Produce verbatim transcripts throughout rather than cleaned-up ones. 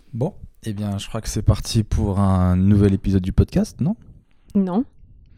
Bon, eh bien, je crois que c'est parti pour un nouvel épisode du podcast, non ? Non, Non ?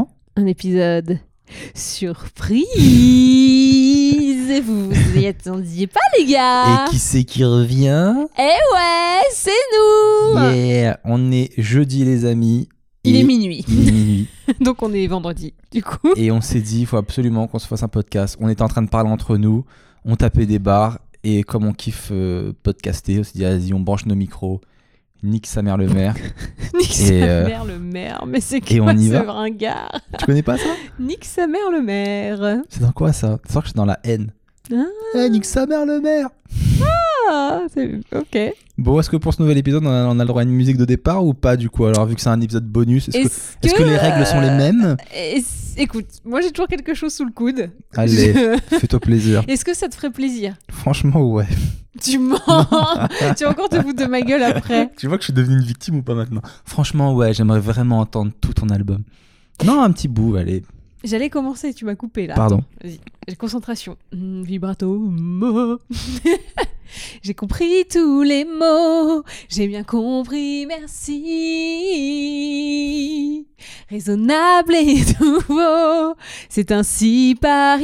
un épisode surprise. Et vous vous y attendiez pas, les gars. Et qui c'est qui revient ? Eh ouais, c'est nous. Yeah, on est jeudi, les amis. Il et est minuit. Il est minuit. Donc on est vendredi, du coup. Et on s'est dit, il faut absolument qu'on se fasse un podcast. On était en train de parler entre nous, on tapait des barres, et comme on kiffe euh, podcaster, on s'est dit, vas-y, on branche nos micros. Nique sa mère le maire. Nique sa euh, mère le maire. Mais c'est et on quoi y ce va. ringard ? Tu connais pas ça ? Nique sa mère le maire. C'est dans quoi ça ? C'est sûr que c'est dans la haine. Ah, Eh, nique sa mère le maire. ah, c'est... ok. Bon, est-ce que pour ce nouvel épisode, on a, on a le droit à une musique de départ ou pas du coup ? Alors, vu que c'est un épisode bonus, est-ce, Est-ce que, est-ce que les règles sont les mêmes ? Est-ce- Écoute, moi j'ai toujours quelque chose sous le coude. Allez, Je- fais-toi plaisir. Est-ce que ça te ferait plaisir ? Franchement, ouais. Tu mens. Tu vas encore te foutre de ma gueule après. Tu vois que je suis devenu une victime ou pas maintenant ? Franchement, ouais, j'aimerais vraiment entendre tout ton album. Non, un petit bout, allez. J'allais commencer, tu m'as coupé là. Pardon. Attends, vas-y, concentration. Mm, vibrato. mo. J'ai compris tous les mots. J'ai bien compris, merci. Raisonnable et nouveau. C'est ainsi par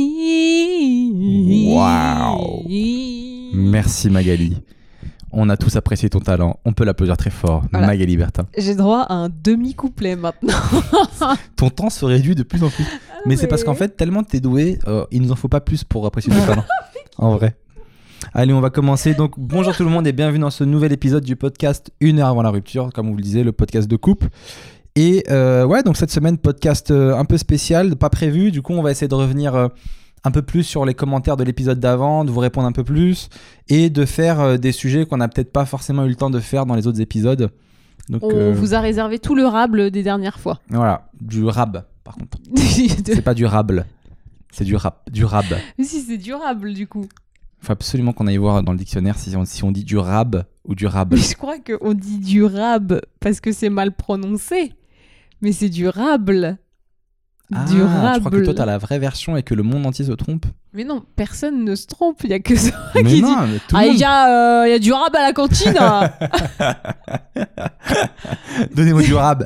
ici. Waouh. Merci Magali. On a tous apprécié ton talent. On peut l'applaudir très fort. Voilà. Magali Bertin. J'ai droit à un demi-couplet maintenant. Ton temps se réduit de plus en plus. Mais c'est parce qu'en fait, tellement t'es doué, euh, il nous en faut pas plus pour apprécier ton talent. En vrai. Allez, on va commencer. Donc, bonjour tout le monde et bienvenue dans ce nouvel épisode du podcast Une heure avant la rupture, comme vous le disiez, le podcast de couple. Et euh, ouais, donc cette semaine, podcast euh, un peu spécial, pas prévu. Du coup, on va essayer de revenir euh, un peu plus sur les commentaires de l'épisode d'avant, de vous répondre un peu plus et de faire euh, des sujets qu'on n'a peut-être pas forcément eu le temps de faire dans les autres épisodes. Donc, On euh, vous a réservé tout le rable des dernières fois. voilà, du rab par contre. C'est pas durable, c'est du rap, du rab. Mais si, c'est durable du coup. Il faut absolument qu'on aille voir dans le dictionnaire si on, si on dit du rab ou du rab. Mais je crois qu'on dit durable parce que c'est mal prononcé. Mais c'est durable. Ah, durable. je crois que toi t'as la vraie version et que le monde entier se trompe. Mais non, personne ne se trompe. Il y a que ça Mais qui non, dit. mais tout le Ah, il monde... y, a, euh, il y a du rab à la cantine. hein. Donnez-moi du rab.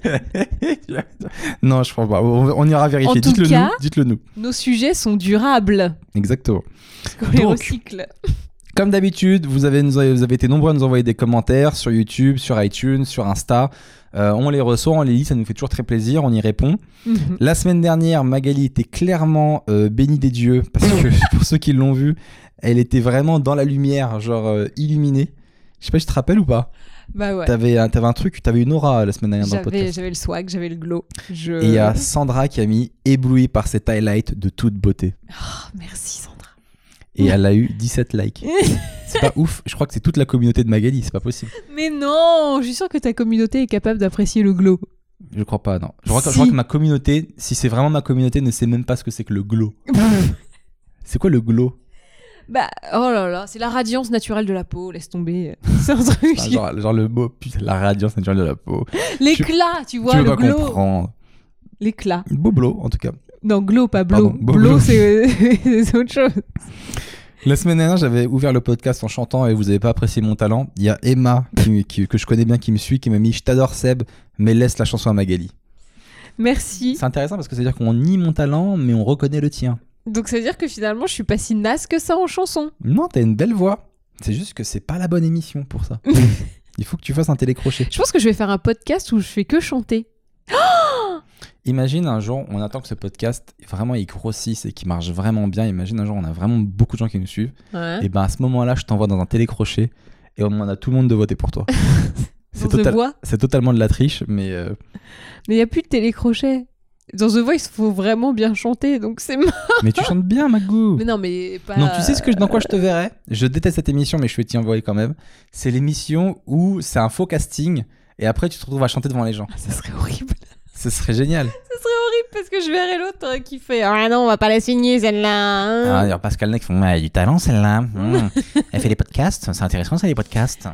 Non, je crois pas. On, on ira vérifier. En tout Dites-le cas- nous. Dites-le nous. Nos sujets sont durables. Exactement. Parce qu'on les Donc, recycle. Comme d'habitude, vous avez, nous avez- vous avez été nombreux à nous envoyer des commentaires sur YouTube, sur iTunes, sur Insta. Euh, on les reçoit, on les lit, ça nous fait toujours très plaisir, on y répond. Mhm. La semaine dernière, Magali était clairement euh, bénie des dieux, parce que pour ceux qui l'ont vu, elle était vraiment dans la lumière, genre euh, illuminée. Je sais pas si tu te rappelles ou pas. Bah ouais. T'avais, un- t'avais un truc, t'avais une aura la semaine dernière dans le J'avais, podcast. j'avais le swag, j'avais le glow. Je... Et il y a Sandra qui a mis éblouie par cet highlight de toute beauté. Oh, merci Sandra. Et elle a eu dix-sept likes. C'est pas ouf, je crois que c'est toute la communauté de Magali, c'est pas possible. Mais non, je suis sûre que ta communauté est capable d'apprécier le glow. Je crois pas, non. Je crois, que, je Si. crois que ma communauté, si c'est vraiment ma communauté, ne sait même pas ce que c'est que le glow. C'est quoi le glow? Bah, oh là là, c'est la radiance naturelle de la peau, laisse tomber. C'est un truc. Enfin, genre, genre le mot, putain, la radiance naturelle de la peau. L'éclat, tu vois, tu veux le pas glow. comprendre. L'éclat. Beau blow, en tout cas. Non, glow, pas blow. Pardon, beau blow, blow. c'est c'est autre chose. La semaine dernière, j'avais ouvert le podcast en chantant et vous avez pas apprécié mon talent. Il y a Emma, qui, qui- que je connais bien, qui me suit, qui m'a mis « Je t'adore Seb, mais laisse la chanson à Magali ». Merci. C'est intéressant parce que ça veut dire qu'on nie mon talent, mais on reconnaît le tien. Donc ça veut dire que finalement, je suis pas si naze que ça en chanson. Non, t'as une belle voix. C'est juste que c'est pas la bonne émission pour ça. Il faut que tu fasses un télécrochet. Je pense que je vais faire un podcast où je fais que chanter. Imagine un jour, on attend que ce podcast vraiment il grossisse et qu'il marche vraiment bien. Imagine un jour, on a vraiment beaucoup de gens qui nous suivent. Ouais. Et ben à ce moment-là, je t'envoie dans un télécrochet et on demande à tout le monde de voter pour toi. C'est, Dans The total- Voice. c'est totalement de la triche, mais euh, Mais il n'y a plus de télécrochet. Dans The Voice, il faut vraiment bien chanter, donc c'est marrant. mais tu chantes bien, Magou. Mais non, mais pas... Non, tu sais ce que, dans quoi je te verrais ? Je déteste cette émission, mais je vais t'y envoyer quand même. C'est l'émission où c'est un faux casting et après tu te retrouves à chanter devant les gens. Ça serait horrible. Ce serait génial. Ça serait horrible parce que je verrais l'autre euh, qui fait « Ah non, on va pas la signer celle-là. hein. Ah, il y a Pascal Ney qui font ouais, du talent celle-là. Mmh. Elle fait des podcasts, c'est intéressant ça les podcasts.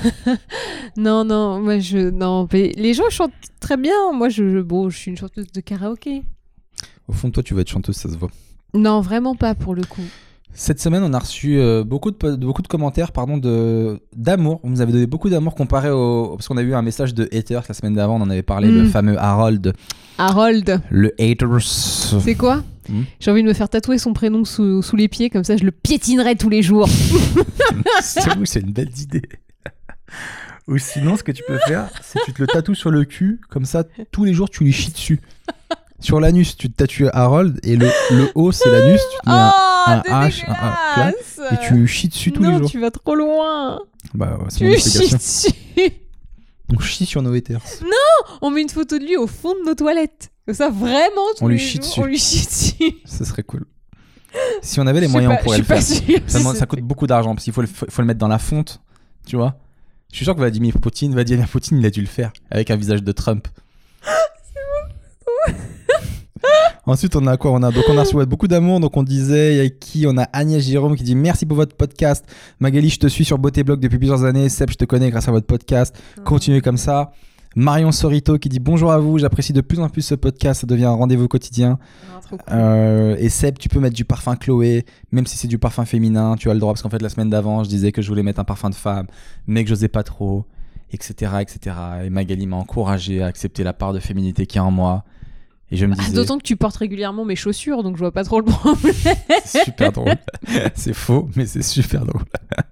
Non, non, moi je... Non, mais les gens chantent très bien. Moi, je, je- bon, je suis une chanteuse de karaoké. Au fond de toi, tu vas être chanteuse, ça se voit. Non, vraiment pas pour le coup. Cette semaine, on a reçu euh, beaucoup, de, beaucoup de commentaires pardon, de, d'amour. Vous nous avez donné beaucoup d'amour comparé au... Parce qu'on a eu un message de haters la semaine d'avant, on en avait parlé, mm. le fameux Harold. Harold. Le haters. C'est quoi mm. J'ai envie de me faire tatouer son prénom sous, sous les pieds, comme ça je le piétinerai tous les jours. c'est, c'est une belle idée. Ou sinon, ce que tu peux faire, c'est que tu te le tatoues sur le cul, comme ça, tous les jours, tu lui chies dessus. Sur l'anus, tu te tatoues Harold, et le, le haut, c'est l'anus, tu te mets oh, un, un H, un, un, un, et tu chies dessus tous non, les jours. Non, tu vas trop loin. Bah, ouais, c'est tu mon explication. Chies dessus. On chie sur nos haters. Non, on met une photo de lui au fond de nos toilettes. Comme ça, vraiment, tous on les lui chie jours, dessus. on lui chie dessus. Ce serait cool. Si on avait les moyens, pas, on pourrait le faire. Sûre, ça, ça coûte beaucoup d'argent, parce qu'il faut le, faut, faut le mettre dans la fonte, tu vois. Je suis sûr que Vladimir Poutine, Vladimir Poutine, il a dû le faire, avec un visage de Trump. C'est bon. Ensuite, on a quoi on a, donc, on a reçu ouais, beaucoup d'amour. Donc, on disait, il y a qui On a Agnès Jérôme qui dit merci pour votre podcast. Magali, je te suis sur Beauté Blog depuis plusieurs années. Seb, je te connais grâce à votre podcast. Continuez comme ça. Marion Sorito qui dit bonjour à vous. J'apprécie de plus en plus ce podcast. Ça devient un rendez-vous quotidien. Ah, trop cool. euh, et Seb, tu peux mettre du parfum Chloé, même si c'est du parfum féminin. Tu as le droit. Parce qu'en fait, la semaine d'avant, je disais que je voulais mettre un parfum de femme, mais que j'osais pas trop, et cetera, et cetera. Et Magali m'a encouragé à accepter la part de féminité qui est en moi. Et je me disais... D'autant que tu portes régulièrement mes chaussures, donc je vois pas trop le problème. C'est super drôle. C'est faux, mais c'est super drôle.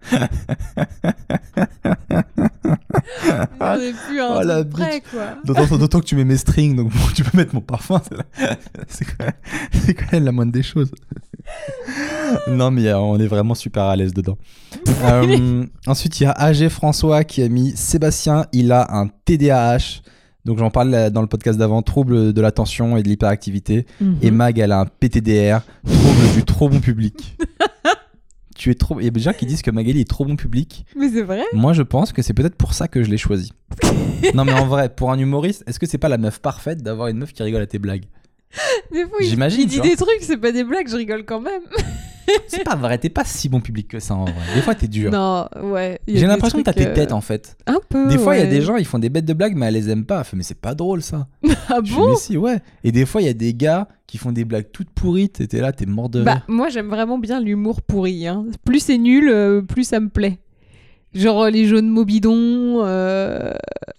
On est plus un oh, la truc près, quoi. D'autant, d'autant que tu mets mes strings, donc bon, tu peux mettre mon parfum. C'est, la... c'est, quand même... c'est quand même la moindre des choses. Non, mais on est vraiment super à l'aise dedans. euh, ensuite, il y a A G François qui a mis Sébastien, il a un T D A H. Donc j'en parle dans le podcast d'avant, trouble de l'attention et de l'hyperactivité. Mm-hmm. Et Mag, elle a un P T D R, trouble du trop bon public. Tu es trop... Il y a des gens qui disent que Magali est trop bon public. Mais c'est vrai. Moi, je pense que c'est peut-être pour ça que je l'ai choisi. Non, mais en vrai, pour un humoriste, est-ce que c'est pas la meuf parfaite d'avoir une meuf qui rigole à tes blagues ? Des fois, J'imagine, il dit des trucs, c'est pas des blagues, je rigole quand même. C'est pas vrai, t'es pas si bon public que ça en vrai. Des fois, t'es dur. Non, ouais. J'ai l'impression trucs, que t'as tes têtes en fait. Un peu. Des fois, il ouais. y a des gens, ils font des bêtes de blagues, mais elles les aiment pas. Mais c'est pas drôle ça. Ah je bon mais si, ouais. Et des fois, il y a des gars qui font des blagues toutes pourrites et t'es là, t'es mort de rire. Bah, moi, j'aime vraiment bien l'humour pourri. Hein. Plus c'est nul, euh, plus ça me plaît. Genre les jeux de mots bidons, euh...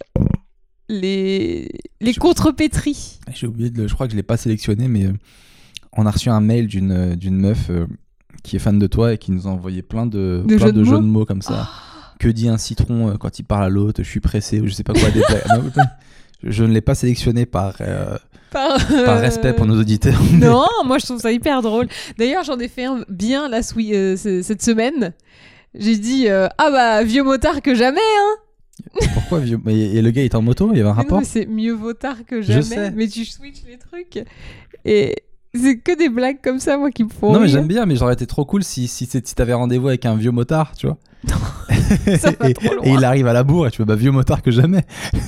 les, les je... contrepétries. J'ai oublié de le... Je crois que je l'ai pas sélectionné, mais euh, on a reçu un mail d'une, d'une meuf euh, qui est fan de toi et qui nous a envoyé plein de, de, plein jeux, de de jeux de mots comme ça. Oh. Que dit un citron euh, quand il parle à l'autre ? Je suis pressé, ou je sais pas quoi. Des... je, je ne l'ai pas sélectionné par... Euh... Par, euh... par respect pour nos auditeurs. Non, moi je trouve ça hyper drôle. D'ailleurs, j'en ai fait un bien là, euh, cette semaine. J'ai dit euh, ah bah vieux motard que jamais hein. Pourquoi vieux ? Et le gars il était en moto, il y avait un mais rapport ? non, c'est mieux vaut tard que jamais. Je sais. Mais tu switches les trucs et c'est que des blagues comme ça moi qui me font non rire. Mais j'aime bien, mais j'aurais été trop cool si si, si t'avais rendez-vous avec un vieux motard, tu vois. Ça va et, trop loin. Et il arrive à la bourre et tu fais bah vieux motard que jamais.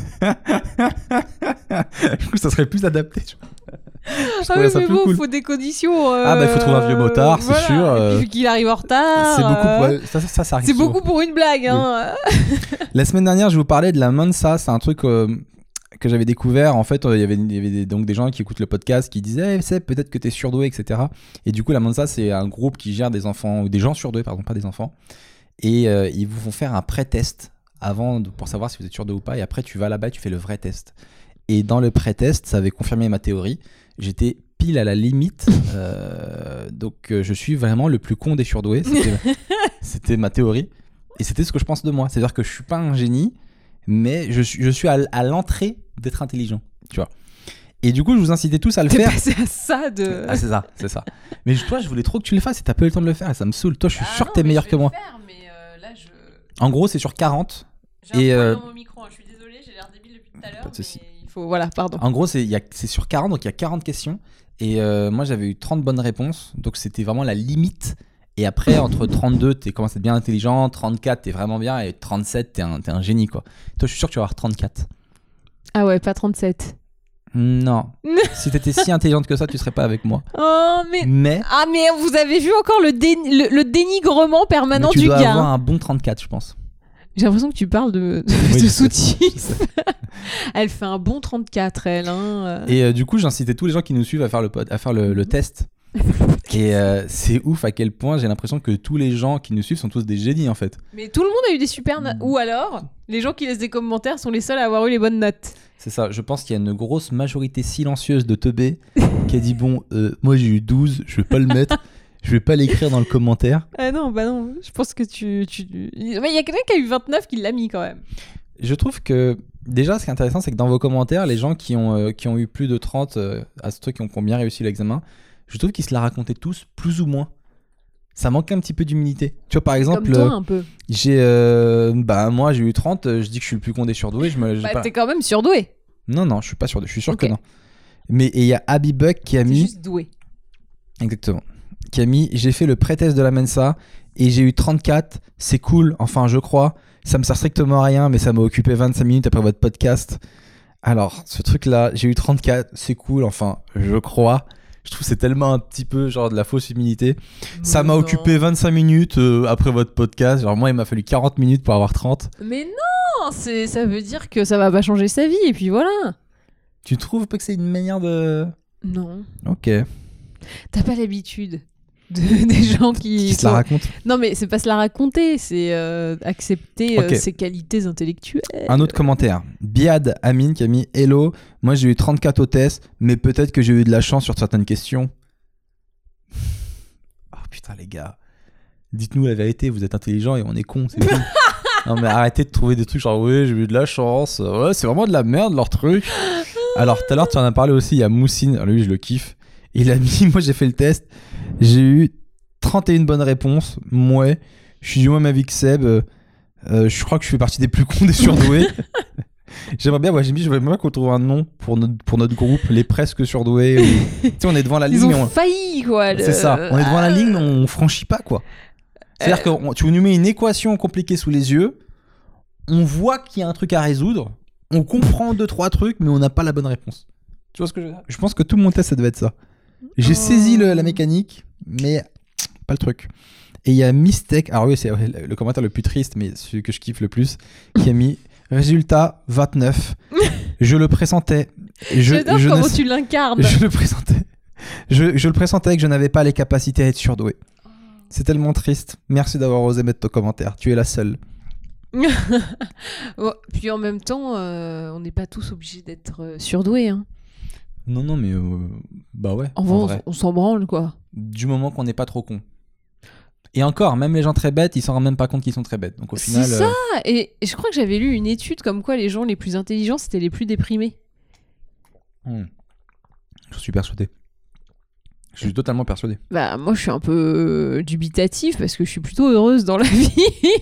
Du coup ça serait plus adapté, tu vois. Ah oui, mais bon, il cool. faut des conditions. Euh... Ah bah il faut trouver un vieux motard, c'est voilà. sûr. Euh... Et puis qu'il arrive en retard. C'est beaucoup. Pour... Euh... Ça, ça, ça arrive c'est souvent. beaucoup pour une blague. Hein. Oui. La semaine dernière, je vous parlais de la Mensa. C'est un truc euh, que j'avais découvert. En fait, il euh, y avait, y avait des, donc des gens qui écoutent le podcast qui disaient hey, c'est peut-être que t'es surdoué, et cetera. Et du coup, la Mensa, c'est un groupe qui gère des enfants ou des gens surdoués, pardon, pas des enfants. Et euh, ils vous font faire un pré-test avant de, pour savoir si vous êtes surdoué ou pas. Et après, tu vas là-bas, et tu fais le vrai test. Et dans le pré-test, ça avait confirmé ma théorie. J'étais pile à la limite, euh, donc euh, je suis vraiment le plus con des surdoués. C'était, c'était ma théorie, et c'était ce que je pense de moi. C'est-à-dire que je suis pas un génie, mais je suis, je suis à, à l'entrée d'être intelligent, tu vois. Et du coup, je vous incitais tous à le T'es faire. T'es passé à ça de. Ah c'est ça, c'est ça. Mais toi, je voulais trop que tu le fasses, et t'as pas eu le temps de le faire, et ça me saoule. Toi, je suis ah sûr non, que t'es meilleur que moi. Faire, mais euh, là, je... En gros, c'est sur quarante. J'ai et un euh... dans mon micro. Hein. Je suis désolée, j'ai l'air débile depuis tout à l'heure. Pas de souci. Il faut, voilà, pardon. En gros, c'est, y a, c'est sur quarante, donc il y a quarante questions. Et euh, moi, j'avais eu trente bonnes réponses. Donc, c'était vraiment la limite. Et après, entre trente-deux, tu commences à être bien intelligent. trente-quatre, t'es vraiment bien. Et trente-sept, t'es un, t'es un génie, quoi. Toi, je suis sûr que tu vas avoir trente-quatre. Ah ouais, pas trente-sept. Non. Si t'étais si intelligente que ça, tu serais pas avec moi. Oh, mais... mais... Ah, mais vous avez vu encore le, dé... le, le dénigrement permanent mais tu du dois gars. avoir un bon trente-quatre, je pense. J'ai l'impression que tu parles de, de, oui, de je soutif. sais, Elle fait un bon trente-quatre, elle. Hein. Et euh, du coup, j'incitais tous les gens qui nous suivent à faire le, à faire le, le test. Et euh, c'est ouf à quel point j'ai l'impression que tous les gens qui nous suivent sont tous des génies en fait. Mais tout le monde a eu des super notes. Ou alors, les gens qui laissent des commentaires sont les seuls à avoir eu les bonnes notes. C'est ça, je pense qu'il y a une grosse majorité silencieuse de teubés qui a dit bon, euh, moi j'ai eu douze, je vais pas le mettre, je vais pas l'écrire dans le commentaire. Ah non, bah non, je pense que tu... tu... Mais il y a quelqu'un qui a eu vingt-neuf qui l'a mis quand même. Je trouve que déjà ce qui est intéressant c'est que dans vos commentaires, les gens qui ont, euh, qui ont eu plus de trente euh, à ce truc, qui ont, qui ont bien réussi l'examen, je trouve qu'ils se la racontaient tous plus ou moins. Ça manque un petit peu d'humilité. Tu vois, par exemple, Comme toi, euh, un peu. j'ai, euh, bah, moi j'ai eu trente, euh, je dis que je suis le plus con des surdoués. Je me, j'ai Bah, pas... t'es quand même surdoué. Non, non, je suis pas surdoué, je suis sûr Ok. que non. Mais et il y a Abby Buck qui a T'es mis. juste doué. Exactement. Qui a mis j'ai fait le pré-test de la Mensa et j'ai eu trente-quatre. C'est cool, enfin, je crois. Ça me sert strictement à rien, mais ça m'a occupé vingt-cinq minutes après votre podcast. Alors, ce truc-là, j'ai eu trente-quatre, c'est cool, enfin, je crois. Je trouve que c'est tellement un petit peu genre de la fausse humilité. Ça m'a Non. occupé vingt-cinq minutes euh, après votre podcast. Genre moi, il m'a fallu quarante minutes pour avoir trente. Mais non, c'est... ça veut dire que ça va pas changer sa vie, et puis voilà. Tu trouves pas que c'est une manière de... Non. Ok. T'as pas l'habitude de... des gens qui... Qui se la sont- raconte. Non, mais c'est pas se la raconter, c'est euh, accepter euh, Ok. ses qualités intellectuelles. Un autre commentaire. Biad Amin qui a mis hello. Moi, j'ai eu trente-quatre au test, mais peut-être que j'ai eu de la chance sur certaines questions. Oh putain, les gars. Dites-nous la vérité, vous êtes intelligents et on est cons, c'est tout. Non, mais arrêtez de trouver des trucs genre, ouais, j'ai eu de la chance. Ouais, c'est vraiment de la merde leur truc. Alors, tout à l'heure, tu en as parlé aussi. Il y a Moussine. Alors, lui, je le kiffe. Il a mis, moi, j'ai fait le test. J'ai eu trente et une bonnes réponses. Ouais. Je suis du même avis que Seb. Euh, euh, je crois que je fais partie des plus cons des surdoués. J'aimerais bien, ouais, j'ai mis, j'aimerais bien qu'on trouve un nom pour notre, pour notre groupe, les presque surdoués. Ou... tu sais, on est devant la ligne. Ils mais ont on... failli, quoi. le- C'est ça. On est devant la ligne, mais on franchit pas, quoi. C'est-à-dire que on- tu nous mets une équation compliquée sous les yeux, on voit qu'il y a un truc à résoudre, on comprend deux, trois trucs, mais on n'a pas la bonne réponse. Tu vois ce que je veux dire ? Je pense que tout mon test, ça devait être ça. J'ai Oh. saisi le- la mécanique, mais pas le truc. Et il y a Mistake, alors oui, c'est ouais, le, le commentaire le plus triste, mais celui que je kiffe le plus, qui a mis résultat vingt-neuf. Je le pressentais. Je, J'adore je ne comment sais- tu l'incarnes. je le pressentais. Je, je le pressentais que je n'avais pas les capacités à être surdoué. C'est tellement triste. Merci d'avoir osé mettre ton commentaire. Tu es la seule. Bon, puis en même temps, euh, on n'est pas tous obligés d'être euh, surdoués. Hein. Non, non, mais euh, bah ouais. En, En vrai, on- vrai. on s'en branle, quoi. Du moment qu'on n'est pas trop con. Et encore, même les gens très bêtes, ils s'en rendent même pas compte qu'ils sont très bêtes. Donc au final. C'est ça. euh, Ah, et je crois que j'avais lu une étude comme quoi les gens les plus intelligents, c'était les plus déprimés. hmm. Je suis persuadé. Je suis totalement persuadé. Bah, moi, je suis un peu euh, dubitatif parce que je suis plutôt heureuse dans la vie.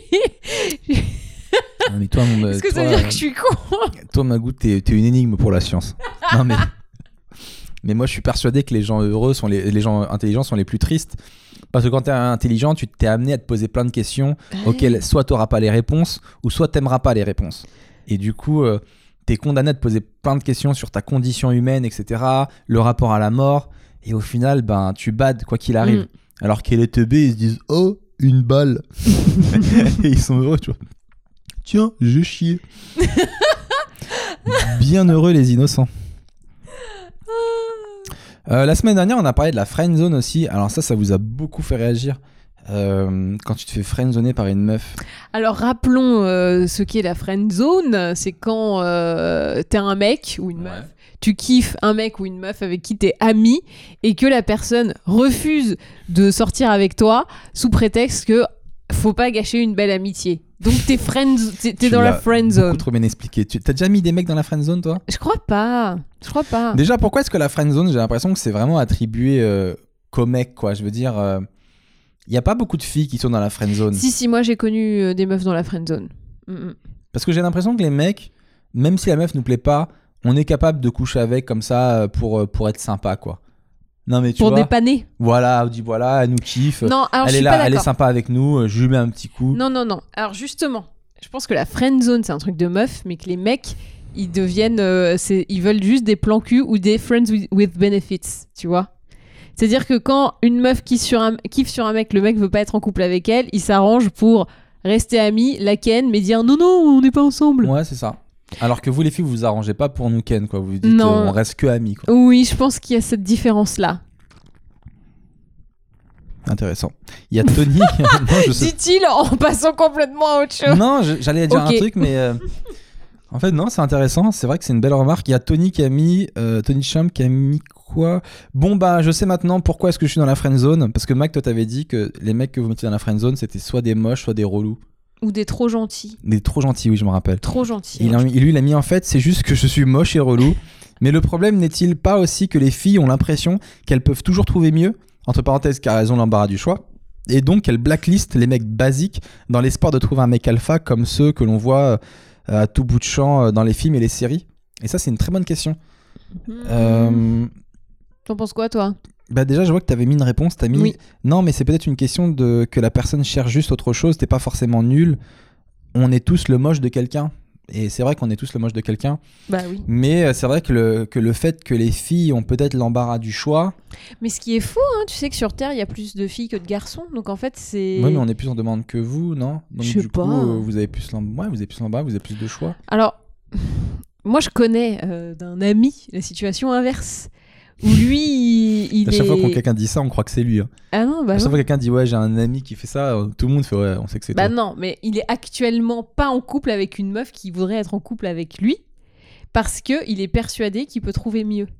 Ah, mais toi, mon, Est-ce que toi, ça veut dire euh, que je suis con? toi, Magou, t'es, t'es une énigme pour la science. Non, mais. Mais moi, je suis persuadé que les gens heureux sont les, les gens intelligents sont les plus tristes. Parce que quand t'es intelligent, tu t'es amené à te poser plein de questions auxquelles soit t'auras pas les réponses, ou soit t'aimeras pas les réponses. Et du coup, euh, t'es condamné à te poser plein de questions sur ta condition humaine, et cetera, le rapport à la mort, et au final, ben, tu bades quoi qu'il arrive. Mm. Alors que les teubés, ils se disent « Oh, une balle !» Et ils sont heureux, tu vois. Tiens, j'ai chié. Bien heureux les innocents. Euh, la semaine dernière, on a parlé de la friendzone aussi. Alors ça, ça vous a beaucoup fait réagir. Euh, quand tu te fais friendzoner par une meuf. Alors rappelons euh, ce qu'est la friend zone, c'est quand euh, t'es un mec ou une meuf, tu kiffes un mec ou une meuf avec qui t'es ami et que la personne refuse de sortir avec toi sous prétexte que faut pas gâcher une belle amitié. Donc t'es friend, t'es, t'es Tu dans la l'as friend beaucoup zone. trop bien expliqué. Tu t'as déjà mis des mecs dans la friendzone, toi? Je crois pas, je crois pas. Déjà, pourquoi est-ce que la friendzone, j'ai l'impression que c'est vraiment attribué euh, qu'aux mecs, quoi. Je veux dire, il y a pas beaucoup de filles qui sont dans la friendzone. Si si, moi j'ai connu euh, des meufs dans la friend zone. Mm, mm. Parce que j'ai l'impression que les mecs, même si la meuf nous plaît pas, on est capable de coucher avec comme ça euh, pour, euh, pour être sympa, quoi. Non, mais tu Pour vois, dépanner. voilà, on dit voilà, elle nous kiffe. Non, alors je elle suis est là, pas elle est d'accord. sympa avec nous, euh, je lui mets un petit coup. Non, non, non. Alors justement, je pense que la friend zone, c'est un truc de meuf, mais que les mecs, ils deviennent... euh, c'est, ils veulent juste des plans cul ou des friends with, with benefits, tu vois. C'est-à-dire que quand une meuf kiffe sur, un, kiffe sur un mec, le mec veut pas être en couple avec elle, il s'arrange pour rester amis, la ken, mais dire non, non, on n'est pas ensemble. Ouais, c'est ça. Alors que vous, les filles, vous vous arrangez pas pour nous ken, quoi. Vous vous dites, Non. euh, on reste que amis, quoi. Oui, je pense qu'il y a cette différence-là. intéressant. Il y a Tony. non, je sais... Dit-il en passant complètement à autre chose. Non, je, j'allais dire okay. un truc, mais euh, en fait, non, c'est intéressant. C'est vrai que c'est une belle remarque. Il y a Tony qui a mis, euh, Tony Champ qui a mis quoi ? Bon, bah, je sais maintenant pourquoi est-ce que je suis dans la friend zone. Parce que Mac, toi, t'avais dit que les mecs que vous mettiez dans la friend zone, c'était soit des moches, soit des relous. Ou des trop gentils. Des trop gentils, oui, je me rappelle. Trop gentils. Il a, lui, il a mis en fait, c'est juste que je suis moche et relou. Mais le problème n'est-il pas aussi que les filles ont l'impression qu'elles peuvent toujours trouver mieux, entre parenthèses, car elles ont l'embarras du choix, et donc qu'elles blacklistent les mecs basiques dans l'espoir de trouver un mec alpha comme ceux que l'on voit à tout bout de champ dans les films et les séries. Et ça, c'est une très bonne question. Mmh. Euh... T'en penses quoi, toi ? Bah déjà, je vois que t'avais mis une réponse. T'as mis oui. Non, mais c'est peut-être une question de que la personne cherche juste autre chose. T'es pas forcément nul. On est tous le moche de quelqu'un. Et c'est vrai qu'on est tous le moche de quelqu'un. Bah oui. Mais c'est vrai que le, que le fait que les filles ont peut-être l'embarras du choix. Mais ce qui est faux, hein, tu sais que sur Terre, il y a plus de filles que de garçons. Donc en fait, c'est. Oui, mais on est plus en demande que vous, non ? Donc je sais du pas. coup, euh, vous avez plus l'embarras, ouais, vous avez plus l'embarras, vous avez plus de choix. Alors, moi, je connais euh, d'un ami la situation inverse. Où lui, il, il à chaque est... fois que quelqu'un dit ça, on croit que c'est lui. Hein. Ah non, bah à chaque non. fois que quelqu'un dit ouais, j'ai un ami qui fait ça, tout le monde fait ouais, on sait que c'est bah toi. Bah non, mais il est actuellement pas en couple avec une meuf qui voudrait être en couple avec lui parce qu'il est persuadé qu'il peut trouver mieux.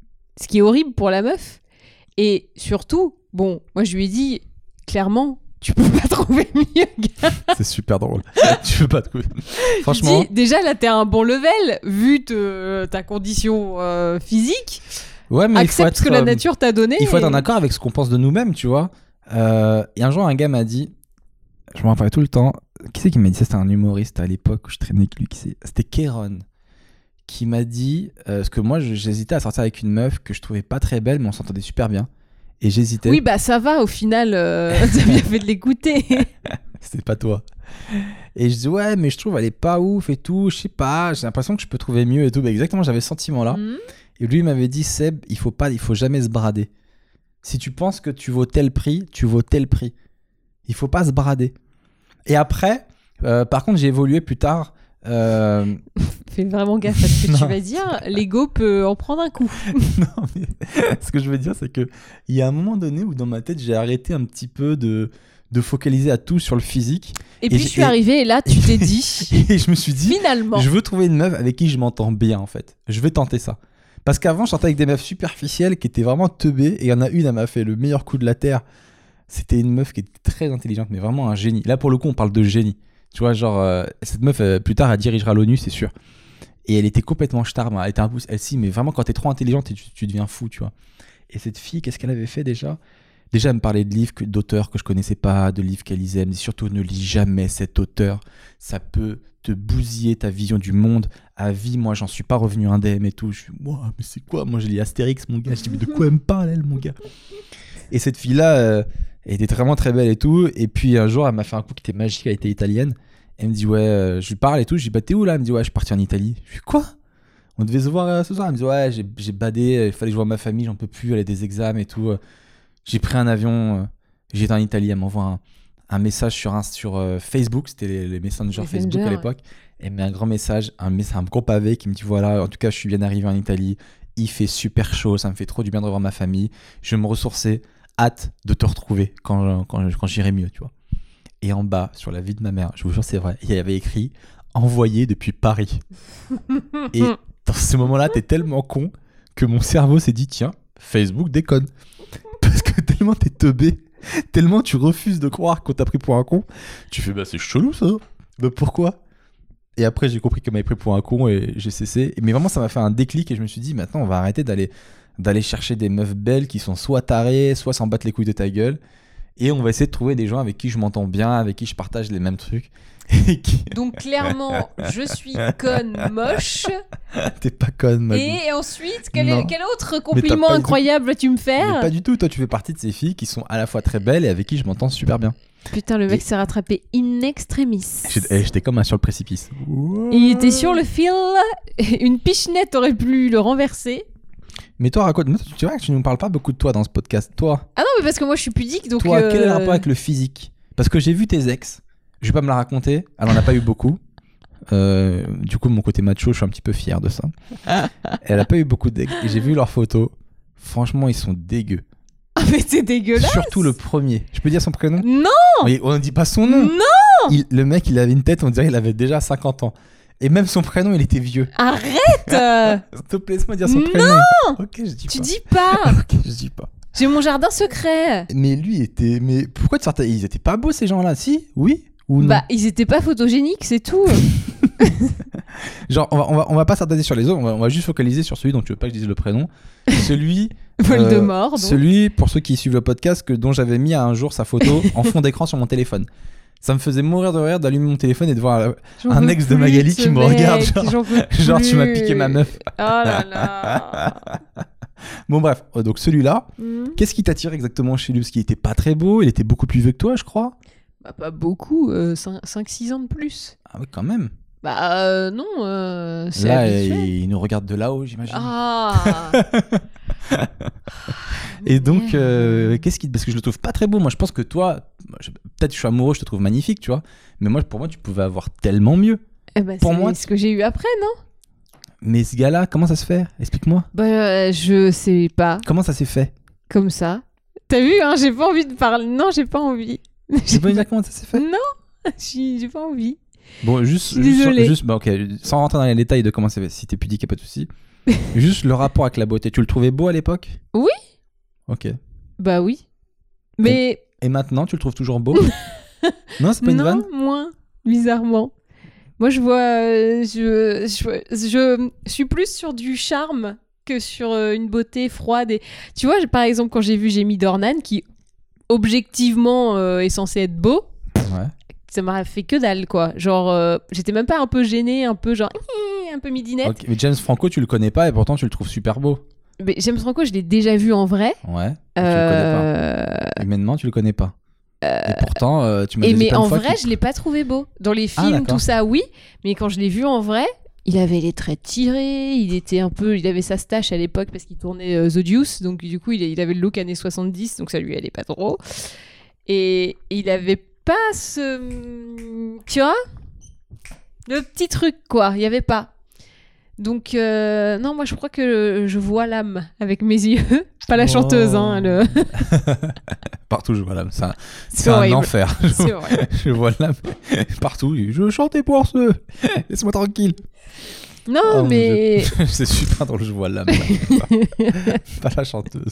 Ce qui est horrible pour la meuf. Et surtout, bon, moi je lui ai dit clairement, tu peux pas trouver mieux, gars. C'est super drôle. Tu peux pas trouver. Franchement. Dis, déjà là, t'es à un bon level vu te, ta condition euh, physique. Ouais, mais accepte il faut être, ce que la nature t'a donné. Il faut et... être en accord avec ce qu'on pense de nous-mêmes, tu vois. Euh, et un jour, un gars m'a dit, je m'en rappelle tout le temps, qui c'est qui m'a dit ça ? C'était un humoriste à l'époque où je traînais avec lui. Qui c'est C'était Kéron, qui m'a dit, euh, parce que moi, j'hésitais à sortir avec une meuf que je trouvais pas très belle, mais on s'entendait super bien. Et j'hésitais. Oui, bah ça va, au final, euh, t'as bien fait de l'écouter. C'était pas toi. Et je dis, ouais, mais je trouve elle est pas ouf et tout, je sais pas, j'ai l'impression que je peux trouver mieux et tout. Bah, exactement, j'avais ce sentiment-là. Mmh. Et lui, il m'avait dit, Seb, il faut pas, il faut jamais se brader. Si tu penses que tu vaux tel prix, tu vaux tel prix. Il faut pas se brader. Et après, euh, par contre, j'ai évolué plus tard. Euh... Fais vraiment gaffe à ce que tu vas dire. L'ego peut en prendre un coup. Non, mais ce que je veux dire, c'est que il y a un moment donné où dans ma tête, j'ai arrêté un petit peu de de focaliser à tout sur le physique. Et, et puis je suis et... arrivé et là, tu t'es dit. Et je me suis dit, finalement, je veux trouver une meuf avec qui je m'entends bien en fait. Je vais tenter ça. Parce qu'avant, je sortais avec des meufs superficielles qui étaient vraiment teubées. Et il y en a une, elle m'a fait le meilleur coup de la terre. C'était une meuf qui était très intelligente, mais vraiment un génie. Là, pour le coup, on parle de génie. Tu vois, genre, euh, cette meuf, euh, plus tard, elle dirigera l'ONU, c'est sûr. Et elle était complètement charme. Elle était un pouce. Elle si, mais vraiment, quand t'es trop intelligente, tu, tu deviens fou, tu vois. Et cette fille, qu'est-ce qu'elle avait fait déjà ? Déjà, elle me parlait de livres, que, d'auteurs que je connaissais pas, de livres qu'elle lisait. Elle me dit surtout, ne lis jamais cet auteur. Ça peut te bousiller ta vision du monde à vie. Moi, j'en suis pas revenu indemne et tout. Je suis, moi, mais c'est quoi ? Moi, j'ai lu Astérix, mon gars. Je dis, mais de quoi elle me parle, elle, mon gars ? Et cette fille-là, euh, elle était vraiment très belle et tout. Et puis, un jour, elle m'a fait un coup qui était magique. Elle était italienne. Elle me dit, ouais, euh, je lui parle et tout. Je lui dis, bah, t'es où là ? Elle me dit, ouais, je suis parti en Italie. Je dis, quoi ? On devait se voir euh, ce soir. Elle me dit, ouais, j'ai, j'ai badé. Il fallait que je voie ma famille. J'en peux plus. Elle a des examens et tout. J'ai pris un avion. Euh, j'étais en Italie. Elle m'envoie un, un message sur, un, sur euh, Facebook. C'était les, les messengers les Facebook Messenger, à l'époque. Elle met un grand message, un, un gros pavé qui me dit, voilà, en tout cas, je suis bien arrivé en Italie. Il fait super chaud. Ça me fait trop du bien de revoir ma famille. Je vais me ressourcer. Hâte de te retrouver quand, quand, quand j'irai mieux, tu vois. Et en bas, sur la vie de ma mère, je vous jure, c'est vrai, il y avait écrit « Envoyé depuis Paris ». Et dans ce moment-là, t'es tellement con que mon cerveau s'est dit « Tiens, Facebook déconne ». Parce que tellement t'es teubé, tellement tu refuses de croire qu'on t'a pris pour un con, tu fais « Bah c'est chelou ça, bah pourquoi ?» Et après, j'ai compris qu'elle m'avait pris pour un con et j'ai cessé. Mais vraiment, ça m'a fait un déclic et je me suis dit « Maintenant, on va arrêter d'aller, d'aller chercher des meufs belles qui sont soit tarées, soit s'en battent les couilles de ta gueule. » Et on va essayer de trouver des gens avec qui je m'entends bien, avec qui je partage les mêmes trucs. Et qui... Donc clairement, je suis conne, moche. T'es pas conne, Magou. Et ensuite, quel, est, quel autre compliment incroyable tout... vas-tu me faire ? Mais pas du tout. Toi, tu fais partie de ces filles qui sont à la fois très belles et avec qui je m'entends super bien. Putain, le mec et... s'est rattrapé in extremis. J'étais, j'étais comme un sur le précipice. Il était sur le fil. Une pichenette aurait pu le renverser. Mais toi, raconte, tu vois que tu ne nous parles pas beaucoup de toi dans ce podcast. Toi. Ah non, mais parce que moi je suis pudique, donc. Toi, euh... quel est le rapport avec le physique ? Parce que j'ai vu tes ex. Je vais pas me la raconter. Elle en a pas eu beaucoup. Euh, du coup, mon côté macho, je suis un petit peu fier de ça. Elle a pas eu beaucoup d'ex. Et j'ai vu leurs photos. Franchement, ils sont dégueux. Ah, mais c'est dégueulasse. Surtout le premier. Je peux dire son prénom? Non. Mais on ne dit pas son nom. Non. Il, le mec, il avait une tête, on dirait qu'il avait déjà cinquante ans. Et même son prénom, il était vieux. Arrête. S'il te plaît, laisse-moi dire son Non. prénom. Ok, je dis Tu pas. dis pas. Ok, je dis pas. J'ai mon jardin secret. Mais lui était... Mais pourquoi tu sortais... Ils étaient pas beaux, ces gens-là? Si? Oui? Ou non? Bah, ils étaient pas photogéniques, c'est tout. Genre, on va, on va, on va pas s'attarder sur les autres, on va, on va juste focaliser sur celui dont tu veux pas que je dise le prénom. Celui... Voldemort, donc. Celui, pour ceux qui suivent le podcast, que, dont j'avais mis un jour sa photo en fond d'écran sur mon téléphone. Ça me faisait mourir de rire d'allumer mon téléphone et de voir J'en un peux ex de plus Magali ce qui me mec, regarde. Genre, j'en peux genre, tu m'as plus. piqué ma meuf. Oh là là. Bon, bref, euh, donc celui-là, Hmm. qu'est-ce qui t'attire exactement chez lui? Parce qu'il était pas très beau, il était beaucoup plus vieux que toi, je crois. Bah, pas beaucoup, euh, cinq six ans de plus. Ah oui, quand même. Bah euh, non, euh, c'est Là, habituel. il, il nous regarde de là-haut, j'imagine. Ah. Et donc, Merde. euh, qu'est-ce qui... Parce que je le trouve pas très beau. Moi, je pense que toi, je- peut-être je suis amoureux, je te trouve magnifique, tu vois. Mais moi, pour moi, tu pouvais avoir tellement mieux. Eh ben, pour c'est moi, ce que j'ai eu après, non? Mais ce gars-là, comment ça se fait? Explique-moi. Bah euh, je sais pas, Comment ça s'est fait? comme ça. T'as vu, hein, j'ai pas envie de parler. Non, j'ai pas envie. Tu peux me dire comment ça s'est fait? Non, j'ai j'ai pas envie. Bon, juste, Je suis juste, désolée. juste bah, ok, sans rentrer dans les détails de comment c'est fait. Si t'es pudique, y a pas de souci. Juste le rapport avec la beauté. Tu le trouvais beau à l'époque? Oui. Ok. Bah oui. Mais Et maintenant, tu le trouves toujours beau? Non, c'est pas une non, vanne? moins, bizarrement. Moi, je vois, euh, je, je, je suis plus sur du charme que sur euh, une beauté froide. Et tu vois, par exemple, quand j'ai vu Jamie Dornan, qui objectivement euh, est censé être beau, Ouais. ça m'a fait que dalle, quoi. Genre, euh, j'étais même pas un peu gênée, un peu genre, un peu midinette. Ok, mais James Franco, tu le connais pas et pourtant tu le trouves super beau. Mais James Franco, je l'ai déjà vu en vrai. Ouais. mais Tu le connais Euh, pas. Humainement, tu le connais pas. Et pourtant, euh, tu m'as Et dit mais plein de en fois vrai, qu'il- je l'ai pas trouvé beau. Dans les Ah, films, d'accord. tout ça, oui. Mais quand je l'ai vu en vrai, il avait les traits tirés. Il était un peu, il avait sa stache à l'époque parce qu'il tournait euh, The Deuce. Donc du coup, il, il avait le look années soixante-dix. Donc ça lui allait pas trop. Et il avait pas ce, tu vois, le petit truc quoi. Il y avait pas. Donc euh, non, moi je crois que je vois l'âme avec mes yeux, pas la Oh. chanteuse. Hein, le... Partout, je vois l'âme. C'est un, C'est c'est un horrible. enfer. Je, C'est vrai. je vois l'âme partout. Je chantais pour ceux. Laisse-moi tranquille. Non, Oh, mon mais C'est super drôle, je vois l'âme. Pas, pas la chanteuse.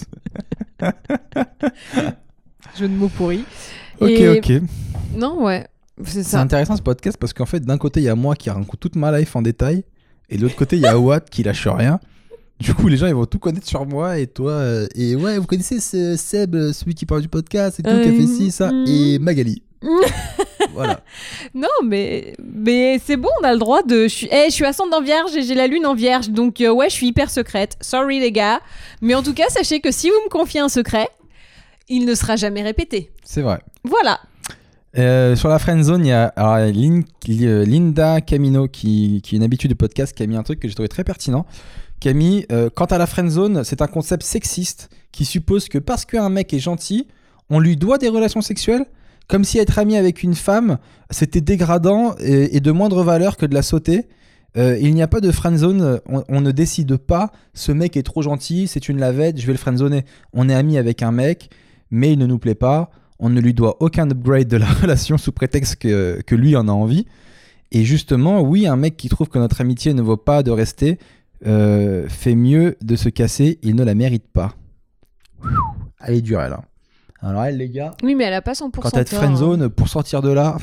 jeu de mots pourri. Ok, Et- ok. Non, ouais, c'est C'est ça. intéressant ce podcast parce qu'en fait, d'un côté, il y a moi qui raconte toute ma life en détail et de l'autre côté, il y a Watt qui lâche rien. Du coup, les gens, ils vont tout connaître sur moi et toi. euh, et ouais, vous connaissez ce Seb, euh, celui qui parle du podcast et tout, qui a fait ci, ça. Euh, Et Magali. Voilà. Non, mais, mais c'est bon, on a le droit de. Je suis, eh, je suis ascendant vierge et j'ai la lune en vierge, donc euh, ouais, je suis hyper secrète. Sorry les gars. Mais en tout cas, sachez que si vous me confiez un secret, il ne sera jamais répété. C'est vrai. Voilà. Euh, sur la friendzone, il y a alors, Lin- euh, Linda Camino, qui, qui est une habitude du podcast, qui a mis un truc que j'ai trouvé très pertinent. Qui a mis euh, quant à la friendzone, c'est un concept sexiste qui suppose que parce qu'un mec est gentil, on lui doit des relations sexuelles, comme si être ami avec une femme, c'était dégradant et, et de moindre valeur que de la sauter. Euh, il n'y a pas de friendzone, on, on ne décide pas, ce mec est trop gentil, c'est une lavette, je vais le friendzoner. On est ami avec un mec, mais il ne nous plaît pas, on ne lui doit aucun upgrade de la relation sous prétexte que, que lui en a envie. Et justement, oui, un mec qui trouve que notre amitié ne vaut pas de rester, euh, fait mieux de se casser, il ne la mérite pas. Elle est dure, elle. hein. Alors elle, les gars, Oui, mais elle a pas cent pour cent. quand t'as de tort, friendzone, hein. pour sortir de là,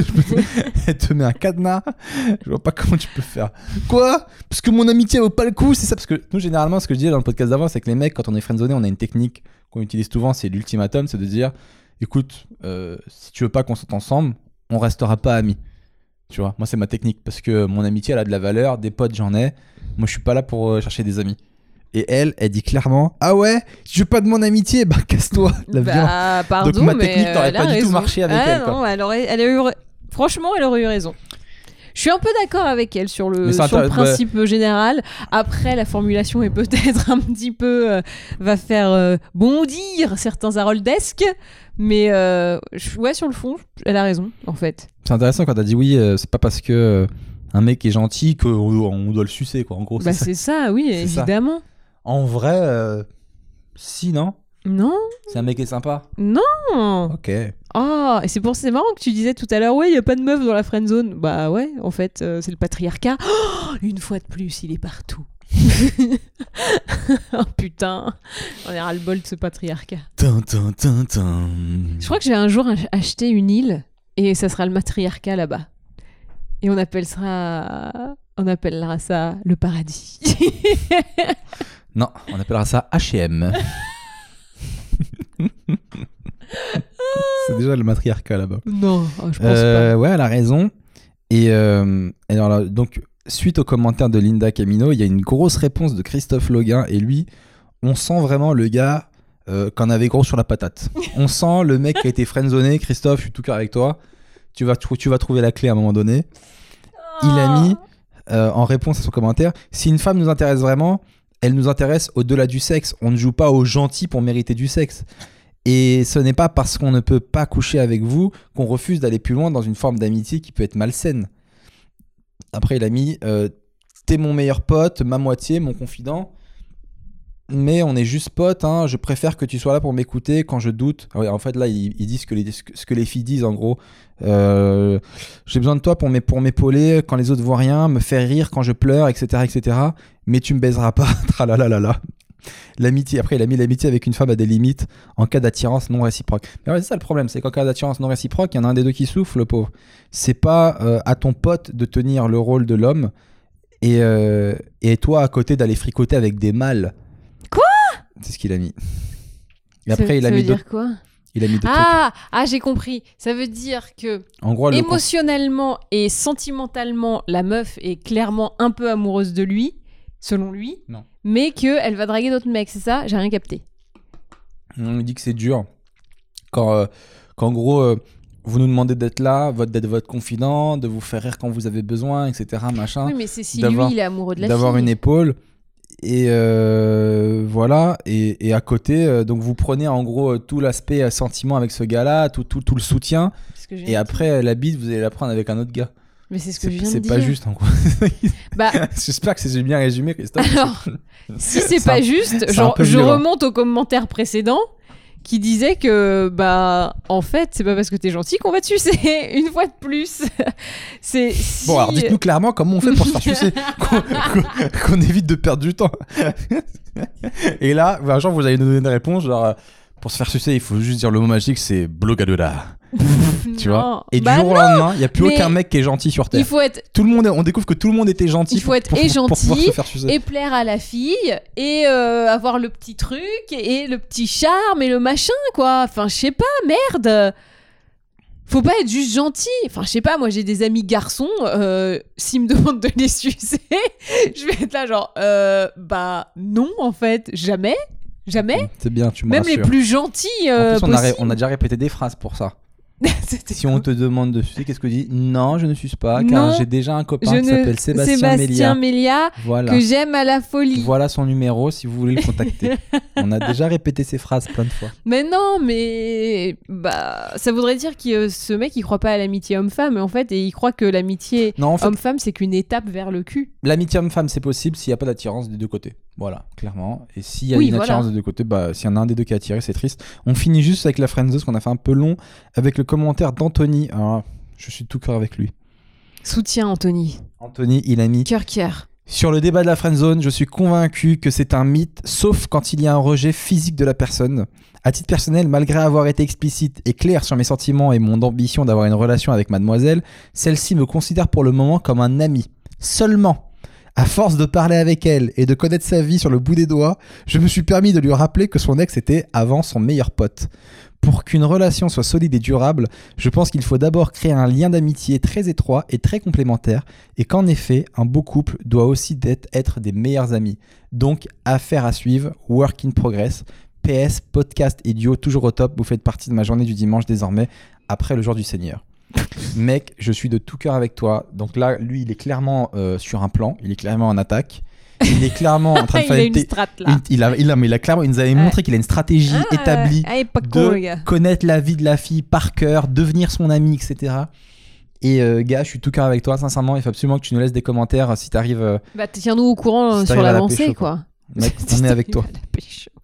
elle te met un cadenas. Je vois pas comment tu peux faire. Quoi? Parce que mon amitié vaut pas le coup, c'est ça? Parce que nous, généralement, ce que je disais dans le podcast d'avant, c'est que les mecs, quand on est friendzoné, on a une technique qu'on utilise souvent, c'est l'ultimatum, c'est de dire, écoute, euh, si tu veux pas qu'on sorte ensemble, on restera pas amis. Tu vois, moi c'est ma technique parce que mon amitié elle a de la valeur, des potes j'en ai. Moi je suis pas là pour euh, chercher des amis. Et elle, elle dit clairement, ah ouais, je veux pas de mon amitié, bah casse-toi, la violence. Bah, pardon, Donc, ma mais technique euh, n'aurait elle pas a du tout raison. marché avec Ah elle, quoi. Non, elle aurait, elle a eu, franchement, elle aurait eu raison. Je suis un peu d'accord avec elle sur le, Mais c'est sur le intér- principe général. Après, la formulation est peut-être un petit peu euh, va faire euh, bondir certains haroldesques, mais euh, je- ouais, sur le fond, elle a raison en fait. C'est intéressant quand t'as dit oui, euh, c'est pas parce que euh, un mec est gentil qu'on on doit le sucer, quoi. En gros, Bah c'est ça. c'est ça, oui, C'est ça. évidemment. En vrai, euh, si, non? Non. C'est un mec qui est sympa. Non. Ok. Ah, et c'est pour c'est marrant que tu disais tout à l'heure, ouais, il y a pas de meuf dans la friend zone. Bah ouais, en fait, euh, c'est le patriarcat. Oh, une fois de plus, il est partout. Oh putain, on est ras-le-bol de ce patriarcat. Tin, tin, tin, tin. Je crois que je vais un jour ach- acheter une île et ça sera le matriarcat là-bas. Et on appellera, on appellera ça le paradis. Non, on appellera ça H et M. C'est déjà le matriarcat là-bas. Non, oh, je pense Euh, pas. ouais, elle a raison. Et, euh, et alors là, donc, suite aux commentaires de Linda Camino, il y a une grosse réponse de Christophe Loguin. Et lui, on sent vraiment le gars euh, qu'on avait gros sur la patate. On sent le mec qui a été friendzoné. Christophe, je suis tout cœur avec toi. Tu vas, tu vas trouver la clé à un moment donné. Il a mis euh, en réponse à son commentaire, si une femme nous intéresse vraiment, elle nous intéresse au-delà du sexe. On ne joue pas au gentil pour mériter du sexe. Et ce n'est pas parce qu'on ne peut pas coucher avec vous qu'on refuse d'aller plus loin dans une forme d'amitié qui peut être malsaine. Après, il a mis euh, t'es mon meilleur pote, ma moitié, mon confident. Mais on est juste potes, hein. Je préfère que tu sois là pour m'écouter quand je doute. Ah ouais, en fait, là, ils, ils disent ce que, les, ce que les filles disent, en gros. Euh, j'ai besoin de toi pour, m'é- pour m'épauler quand les autres voient rien, me faire rire quand je pleure, et cetera, et cetera. Mais tu me baiseras pas. Tralalalala. L'amitié, après, il a mis l'amitié avec une femme à des limites en cas d'attirance non réciproque. Mais ouais, c'est ça le problème, c'est qu'en cas d'attirance non réciproque, il y en a un des deux qui souffle, le pauvre. C'est pas euh, à ton pote de tenir le rôle de l'homme et, euh, et toi à côté d'aller fricoter avec des mâles. Quoi ? C'est ce qu'il a mis. Et Ça- après, il a ça mis veut d'autres. dire quoi ? Il a mis d'autres Ah, ah, j'ai compris. Ça veut dire que trucs. En gros, le con- émotionnellement et sentimentalement, la meuf est clairement un peu amoureuse de lui, selon lui, Non. mais qu'elle va draguer d'autres mecs, c'est ça ? J'ai rien capté. on lui dit que c'est dur. Quand, euh, qu'en gros, euh, vous nous demandez d'être là, votre- d'être votre confident, de vous faire rire quand vous avez besoin, et cetera. Machin. Oui, mais c'est si d'avoir- lui, il est amoureux de la d'avoir fille. une épaule et euh, voilà et, et à côté euh, donc vous prenez en gros euh, tout l'aspect euh, sentiment avec ce gars-là, tout, tout, tout le soutien C'est ce que je et viens de après euh, la bite vous allez la prendre avec un autre gars. dire. Mais c'est ce que C'est, je viens c'est de pas dire. juste en gros. Bah, J'espère que c'est bien résumé, Christophe. alors, si c'est C'est pas un- juste, c'est un genre, peu je violent. remonte au commentaire précédent qui disait que, bah, en fait, c'est pas parce que t'es gentil qu'on va te sucer, une fois de plus. C'est si... Bon alors dites-nous clairement comment on fait pour se faire sucer, qu'on, qu'on- qu'on évite de perdre du temps. Et là, un jour vous allez nous donner une réponse genre euh, pour se faire sucer il faut juste dire le mot magique, c'est blogadora. Tu Non. vois. Et du Bah jour au non, lendemain, il n'y a plus mais aucun mec qui est gentil sur Terre. il faut être Tout le monde, est- on découvre que tout le monde était gentil. Il faut pour, être pour, et pour, pour pouvoir gentil, se faire sucer. et plaire à la fille et euh, avoir le petit truc et le petit charme et le machin quoi. Enfin je sais pas, merde. Faut pas être juste gentil. Enfin je sais pas, moi j'ai des amis garçons, euh, s'ils me demandent de les sucer, je vais être là genre euh, bah non en fait, jamais, jamais. C'est bien, tu me Même les rassures. plus gentils euh, En plus, on a, ré- possibles. on a déjà répété des phrases pour ça. C'était Si on te demande de sucer, qu'est-ce que tu dis ? Non, je ne suce pas, Non, car j'ai déjà un je copain qui ne- s'appelle Sébastien, Mélia. Mélia, Voilà. que j'aime à la folie. Voilà son numéro si vous voulez le contacter. On a déjà répété ces phrases plein de fois. Mais non, mais bah ça voudrait dire que euh, ce mec il croit pas à l'amitié homme-femme, mais en fait et il croit que l'amitié Non, en fait, homme-femme c'est qu'une étape vers le cul. l'amitié homme-femme, c'est possible s'il n'y a pas d'attirance des deux côtés. Voilà, clairement. Et s'il y a Oui, une voilà. attirance des deux côtés, bah, s'il y en a un des deux qui est attiré, c'est triste. On finit juste avec la friendzone, parce qu'on a fait un peu long, avec le commentaire d'Anthony. Alors, je suis tout cœur avec lui. Soutien Anthony, Anthony, il a mis cœur cœur. sur le débat de la friendzone, je suis convaincu que c'est un mythe, sauf quand il y a un rejet physique de la personne. À titre personnel, malgré avoir été explicite et clair sur mes sentiments et mon ambition d'avoir une relation avec mademoiselle, celle-ci me considère pour le moment comme un ami. Seulement, à force de parler avec elle et de connaître sa vie sur le bout des doigts, je me suis permis de lui rappeler que son ex était avant son meilleur pote. Pour qu'une relation soit solide et durable, je pense qu'il faut d'abord créer un lien d'amitié très étroit et très complémentaire, et qu'en effet, un beau couple doit aussi être, être des meilleurs amis. Donc, affaire à suivre, work in progress. P S, podcast et duo toujours au top, vous faites partie de ma journée du dimanche désormais, après le jour du Seigneur. Mec, je suis de tout cœur avec toi. Donc là, lui, il est clairement euh, sur un plan, il est clairement en attaque. Il est clairement en train de il faire a une une té- strat là. une- il, a, il, a, mais il a clairement, il nous avait Ouais. montré qu'il a une stratégie Ah, établie ah, il est pas de con, le gars. connaître la vie de la fille par cœur, devenir son ami, et cetera. Et euh, gars, je suis tout cœur avec toi, sincèrement. Il faut absolument que tu nous laisses des commentaires euh, si t'arrives. Euh, Bah tiens-nous au courant euh, Si sur t'arrives à la l'avancée pécho, quoi. mec, on est avec toi. À la pécho.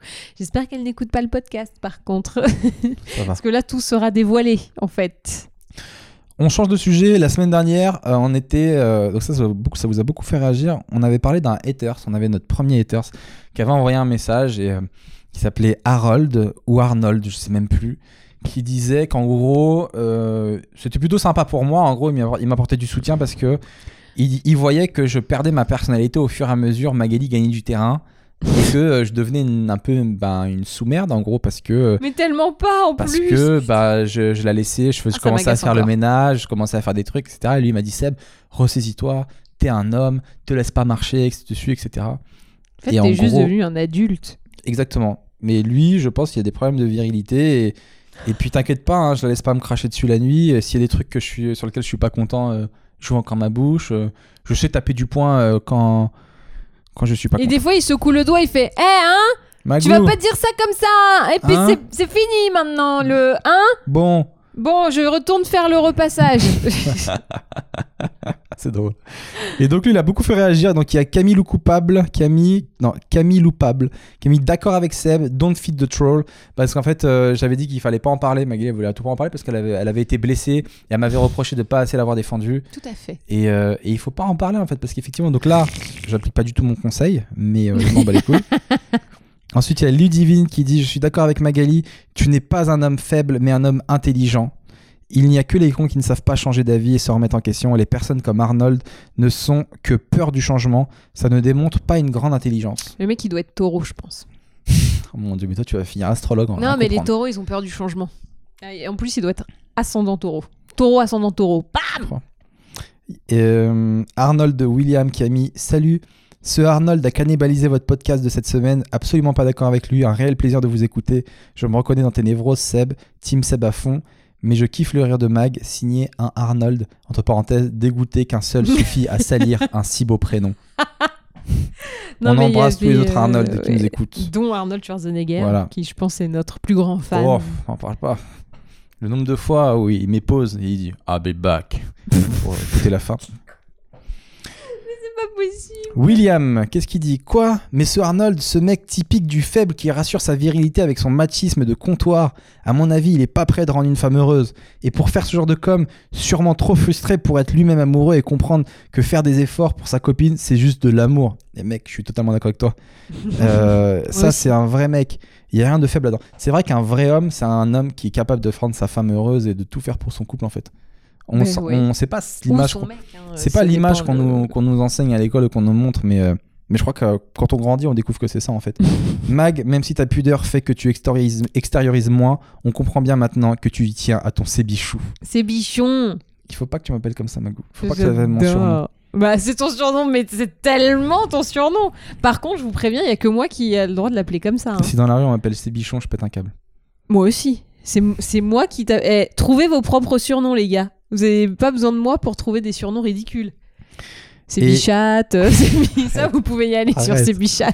J'espère qu'elle n'écoute pas le podcast, par contre. Ça va. Parce que là, tout sera dévoilé, en fait. On change de sujet. La semaine dernière, euh, on était... Euh, donc ça, ça, beaucoup, ça vous a beaucoup fait réagir. On avait parlé d'un haters. On avait notre premier haters qui avait envoyé un message et, euh, qui s'appelait Harold ou Arnold, je sais même plus, qui disait qu'en gros, euh, c'était plutôt sympa pour moi. En gros, il m'apportait du soutien parce que il, il voyait que je perdais ma personnalité au fur et à mesure. Magali gagnait du terrain. Et que euh, je devenais une, un peu ben, une sous-merde en gros parce que mais tellement pas en parce plus parce que bah je, je la laissais, je, fais, ah, je commençais à faire encore. le ménage, je commençais à faire des trucs, etc. Et lui il m'a dit Seb, ressaisis-toi, t'es un homme, te laisse pas marcher dessus, etc. En fait, et t'es en juste gros, devenu un adulte. Exactement. Mais lui, je pense qu'il y a des problèmes de virilité et, et puis t'inquiète pas, hein, je la laisse pas me cracher dessus la nuit. Et s'il y a des trucs que je suis sur lesquels je suis pas content, euh, j'ouvre encore ma bouche. Euh, je sais taper du poing euh, quand quand je suis pas et content. des fois il secoue le doigt, il fait eh hein Magou, tu vas pas dire ça comme ça et puis Hein c'est, c'est fini maintenant le hein bon, bon je retourne faire le repassage. c'est drôle. Et donc lui, il a beaucoup fait réagir. Donc il y a Camille ou coupable, Camille, non Camille loupable, qui a mis d'accord avec Seb, don't feed the troll, parce qu'en fait euh, j'avais dit qu'il fallait pas en parler. Magali elle voulait à tout pas en parler parce qu'elle avait, elle avait été blessée et elle m'avait reproché de pas assez l'avoir défendue. Tout à fait. Et, euh, et il faut pas en parler en fait parce qu'effectivement, donc là, j'applique pas du tout mon conseil, mais euh, je m'en bats les couilles. Ensuite, il y a Ludivine qui dit je suis d'accord avec Magali, tu n'es pas un homme faible mais un homme intelligent. Il n'y a que les cons qui ne savent pas changer d'avis et se remettre en question. Et les personnes comme Arnold ne sont que peur du changement. Ça ne démontre pas une grande intelligence. Le mec, il doit être taureau, je pense. Oh mon dieu, mais toi, tu vas finir astrologue. Non, mais les taureaux, ils ont peur du changement. Et en plus, il doit être ascendant taureau. Taureau, ascendant taureau. Bam euh, Arnold William qui a mis salut. Ce Arnold a cannibalisé votre podcast de cette semaine. Absolument pas d'accord avec lui. Un réel plaisir de vous écouter. Je me reconnais dans tes névroses, Seb. Team Seb à fond. Mais je kiffe le rire de Mag, signé un Arnold, entre parenthèses, dégoûté qu'un seul suffit à salir un si beau prénom. Non, on mais embrasse tous les avait, autres Arnold euh, qui ouais, nous écoutent. Dont Arnold Schwarzenegger, Voilà. qui je pense est notre plus grand fan. Oh, on parle pas. Le nombre de fois où il met pause et il dit I'll be back. Pour écouter la fin. C'est pas possible. William, qu'est-ce qu'il dit? Quoi? Mais ce Arnold, ce mec typique du faible qui rassure sa virilité avec son machisme de comptoir, à mon avis, il est pas prêt de rendre une femme heureuse. Et pour faire ce genre de com, sûrement trop frustré pour être lui-même amoureux et comprendre que faire des efforts pour sa copine, c'est juste de l'amour. Et mec, je suis totalement d'accord avec toi. Euh, ça, Ouais, c'est un vrai mec. Il y a rien de faible là-dedans. C'est vrai qu'un vrai homme, c'est un homme qui est capable de rendre sa femme heureuse et de tout faire pour son couple, en fait. On, Mais sent- ouais. on c'est pas l'image qu'on- Mec, hein, c'est ça pas l'image dépend qu'on de- nous, qu'on nous enseigne à l'école ou qu'on nous montre, mais, euh, mais je crois que euh, quand on grandit, on découvre que c'est ça en fait. Mag, même si ta pudeur fait que tu extériorises, extériorises moins, on comprend bien maintenant que tu y tiens à ton sébichou. C'est bichon. Il faut pas que tu m'appelles comme ça, Magou. Faut pas que ça devienne mon surnom. J'adore. Bah, c'est ton surnom, mais c'est tellement ton surnom. Par contre, je vous préviens, il y a que moi qui a le droit de l'appeler comme ça. hein. Si dans la rue on m'appelle sébichon, je pète un câble. Moi aussi. C'est, c'est moi qui t'a... Eh, trouvez vos propres surnoms, les gars. Vous avez pas besoin de moi pour trouver des surnoms ridicules. C'est Et- bichatte, euh, c'est bi- ça, vous pouvez y aller sur Arrête. ces bichattes.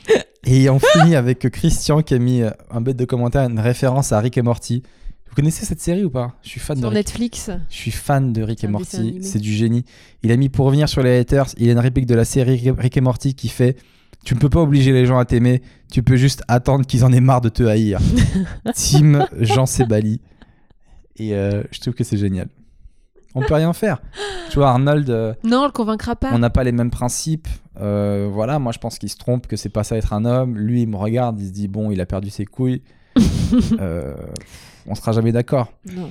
Et on finit avec Christian qui a mis euh, un bête de commentaire, une référence à Rick et Morty. Vous connaissez cette série ou pas? Je suis fan de Sur Rick. Netflix. Je suis fan de Rick et Un dessin Morty, animé. c'est du génie. Il a mis pour revenir sur les haters, il y a une réplique de la série Rick et Morty qui fait tu ne peux pas obliger les gens à t'aimer, tu peux juste attendre qu'ils en aient marre de te haïr. Team Jean Sebali. Et euh, je trouve que c'est génial. On peut rien faire. Tu vois, Arnold, euh, Non, on le convaincra pas. on n'a pas les mêmes principes. Euh, voilà, moi je pense qu'il se trompe, que c'est pas ça être un homme. Lui, il me regarde, il se dit bon, il a perdu ses couilles. euh, on sera jamais d'accord. Non.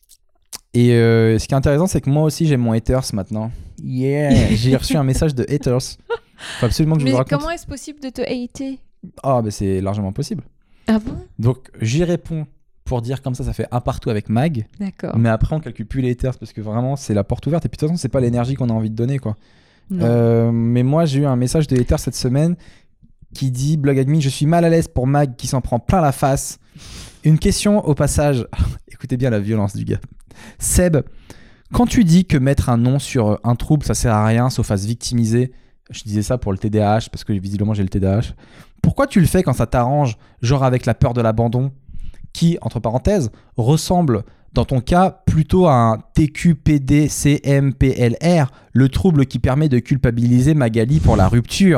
Et euh, ce qui est intéressant, c'est que moi aussi j'ai mon haters maintenant. Yeah, j'ai reçu un message de haters. Faut absolument que je Mais vous le raconte. comment est-ce possible de te hater? Ah, bah c'est largement possible. Ah bon? Donc j'y réponds pour dire comme ça, ça fait un partout avec Mag. D'accord. Mais après, on calcule plus les haters parce que vraiment, c'est la porte ouverte. Et puis de toute façon, c'est pas l'énergie qu'on a envie de donner, quoi. Non. Euh, mais moi, j'ai eu un message de haters cette semaine qui dit blog admin, je suis mal à l'aise pour Mag qui s'en prend plein la face. Une question au passage. Écoutez bien la violence du gars. Seb, quand tu dis que mettre un nom sur un trouble, ça sert à rien sauf à se victimiser, je disais ça pour le T D A H parce que visiblement j'ai le T D A H. Pourquoi tu le fais quand ça t'arrange, genre avec la peur de l'abandon, qui, entre parenthèses, ressemble dans ton cas plutôt à un T Q P D C M P L R, le trouble qui permet de culpabiliser Magali pour la rupture.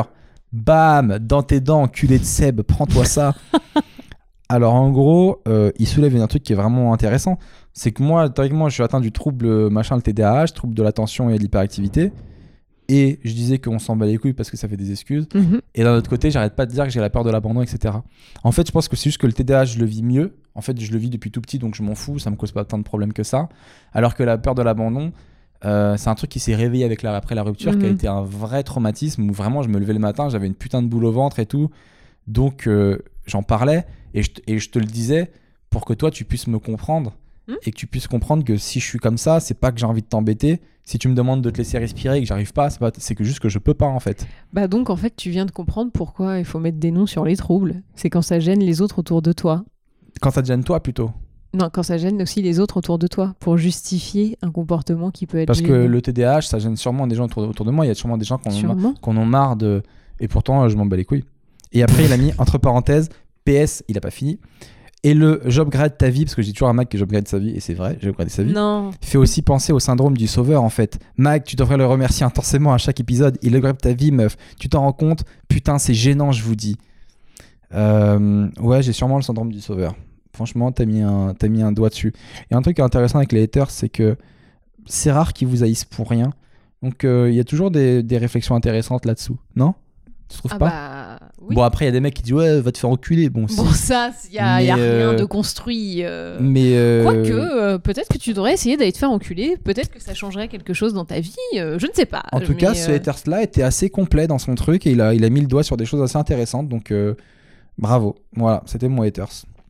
Bam, dans tes dents, enculé de Seb, prends-toi ça. Alors en gros, euh, il soulève un truc qui est vraiment intéressant. C'est que moi, théoriquement, je suis atteint du trouble machin, le T D A H, trouble de l'attention et de l'hyperactivité. Et je disais qu'on s'en bat les couilles parce que ça fait des excuses. Mm-hmm. Et d'un autre côté, j'arrête pas de dire que j'ai la peur de l'abandon, et cetera. En fait, je pense que c'est juste que le T D A H, je le vis mieux. En fait, je le vis depuis tout petit, donc je m'en fous, ça me cause pas tant de problèmes que ça. Alors que la peur de l'abandon, euh, c'est un truc qui s'est réveillé avec la, après la rupture, mm-hmm. qui a été un vrai traumatisme où vraiment je me levais le matin, j'avais une putain de boule au ventre et tout. Donc euh, j'en parlais et je, et je te le disais pour que toi tu puisses me comprendre mm-hmm. et que tu puisses comprendre que si je suis comme ça, c'est pas que j'ai envie de t'embêter. Si tu me demandes de te laisser respirer et que j'arrive pas, c'est, pas, c'est que juste que je peux pas en fait. Bah donc en fait tu viens de comprendre pourquoi il faut mettre des noms sur les troubles. C'est quand ça gêne les autres autour de toi. Quand ça te gêne toi plutôt. Non, quand ça gêne aussi les autres autour de toi, pour justifier un comportement qui peut être Parce gênant. que le T D A H, ça gêne sûrement des gens autour, autour de moi. Il y a sûrement des gens qui en ont marre de... Et pourtant, je m'en bats les couilles. Et après, il a mis, entre parenthèses, P S, il a pas fini. Et le j'upgrade ta vie, parce que j'ai toujours un Mac qui j'upgrade sa vie, et c'est vrai, j'ai upgradé sa vie. Non. Fait aussi penser au syndrome du sauveur, en fait. Mac, tu devrais le remercier intensément à chaque épisode. Il upgrade ta vie, meuf. Tu t'en rends compte? Putain, c'est gênant, je vous dis. Euh... Ouais, j'ai sûrement le syndrome du sauveur. Franchement, t'as mis, un, t'as mis un doigt dessus. Et un truc qui est intéressant avec les haters, c'est que c'est rare qu'ils vous haïssent pour rien. Donc, il euh, y a toujours des, des réflexions intéressantes là-dessous. Non? Tu trouves ah pas bah, oui. Bon, après, il y a des mecs qui disent « Ouais, va te faire enculer. » Bon, bon ça, il n'y a, a rien euh... de construit. Euh... Mais euh... Quoique, euh, peut-être que tu devrais essayer d'aller te faire enculer. Peut-être que ça changerait quelque chose dans ta vie. Euh, je ne sais pas. En tout mais cas, ce euh... haters-là était assez complet dans son truc et il a, il a mis le doigt sur des choses assez intéressantes. Donc, euh, bravo. Voilà, c'était mon haters.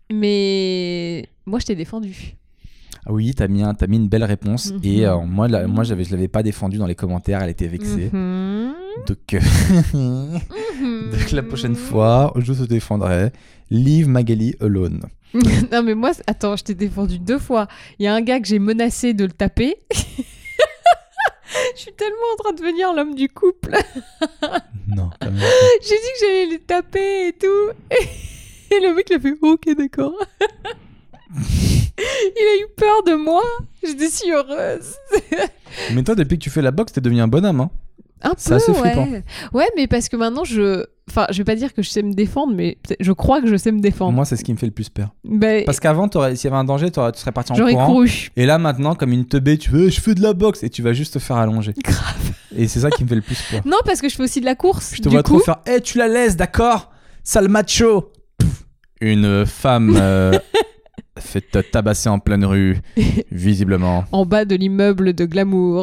Mais moi, je t'ai défendu. Ah oui, t'as mis, un, t'as mis une belle réponse. Mm-hmm. Et euh, moi, la, moi j'avais, je l'avais pas défendue dans les commentaires. Elle était vexée. Mm-hmm. Donc, euh... mm-hmm. Donc, la prochaine fois, je te défendrai. Leave Magali alone. Non, mais moi, attends, je t'ai défendu deux fois. Il y a un gars que j'ai menacé de le taper. Je suis tellement en train de devenir l'homme du couple. Non, quand même. J'ai dit que j'allais les taper et tout. Et le mec, il a fait « Ok, d'accord. » Il a eu peur de moi. J'étais si heureuse. Mais toi, depuis que tu fais la boxe, t'es devenu un bonhomme, hein. Un c'est peu, assez ouais. flippant. Ouais, mais parce que maintenant, je... Enfin, je vais pas dire que je sais me défendre, mais je crois que je sais me défendre. Moi, c'est ce qui me fait le plus peur. Bah, parce qu'avant, s'il y avait un danger, tu serais parti en j'aurais courant. Couru. Et là, maintenant, comme une teubée, tu veux, je fais de la boxe et tu vas juste te faire allonger. Grave. Et c'est ça qui me fait le plus peur. Non, parce que je fais aussi de la course. Je te du vois coup... trop faire « Eh, tu la laisses, d'accord? Sale macho !» Une femme euh, fait tabasser en pleine rue, visiblement. En bas de l'immeuble de glamour.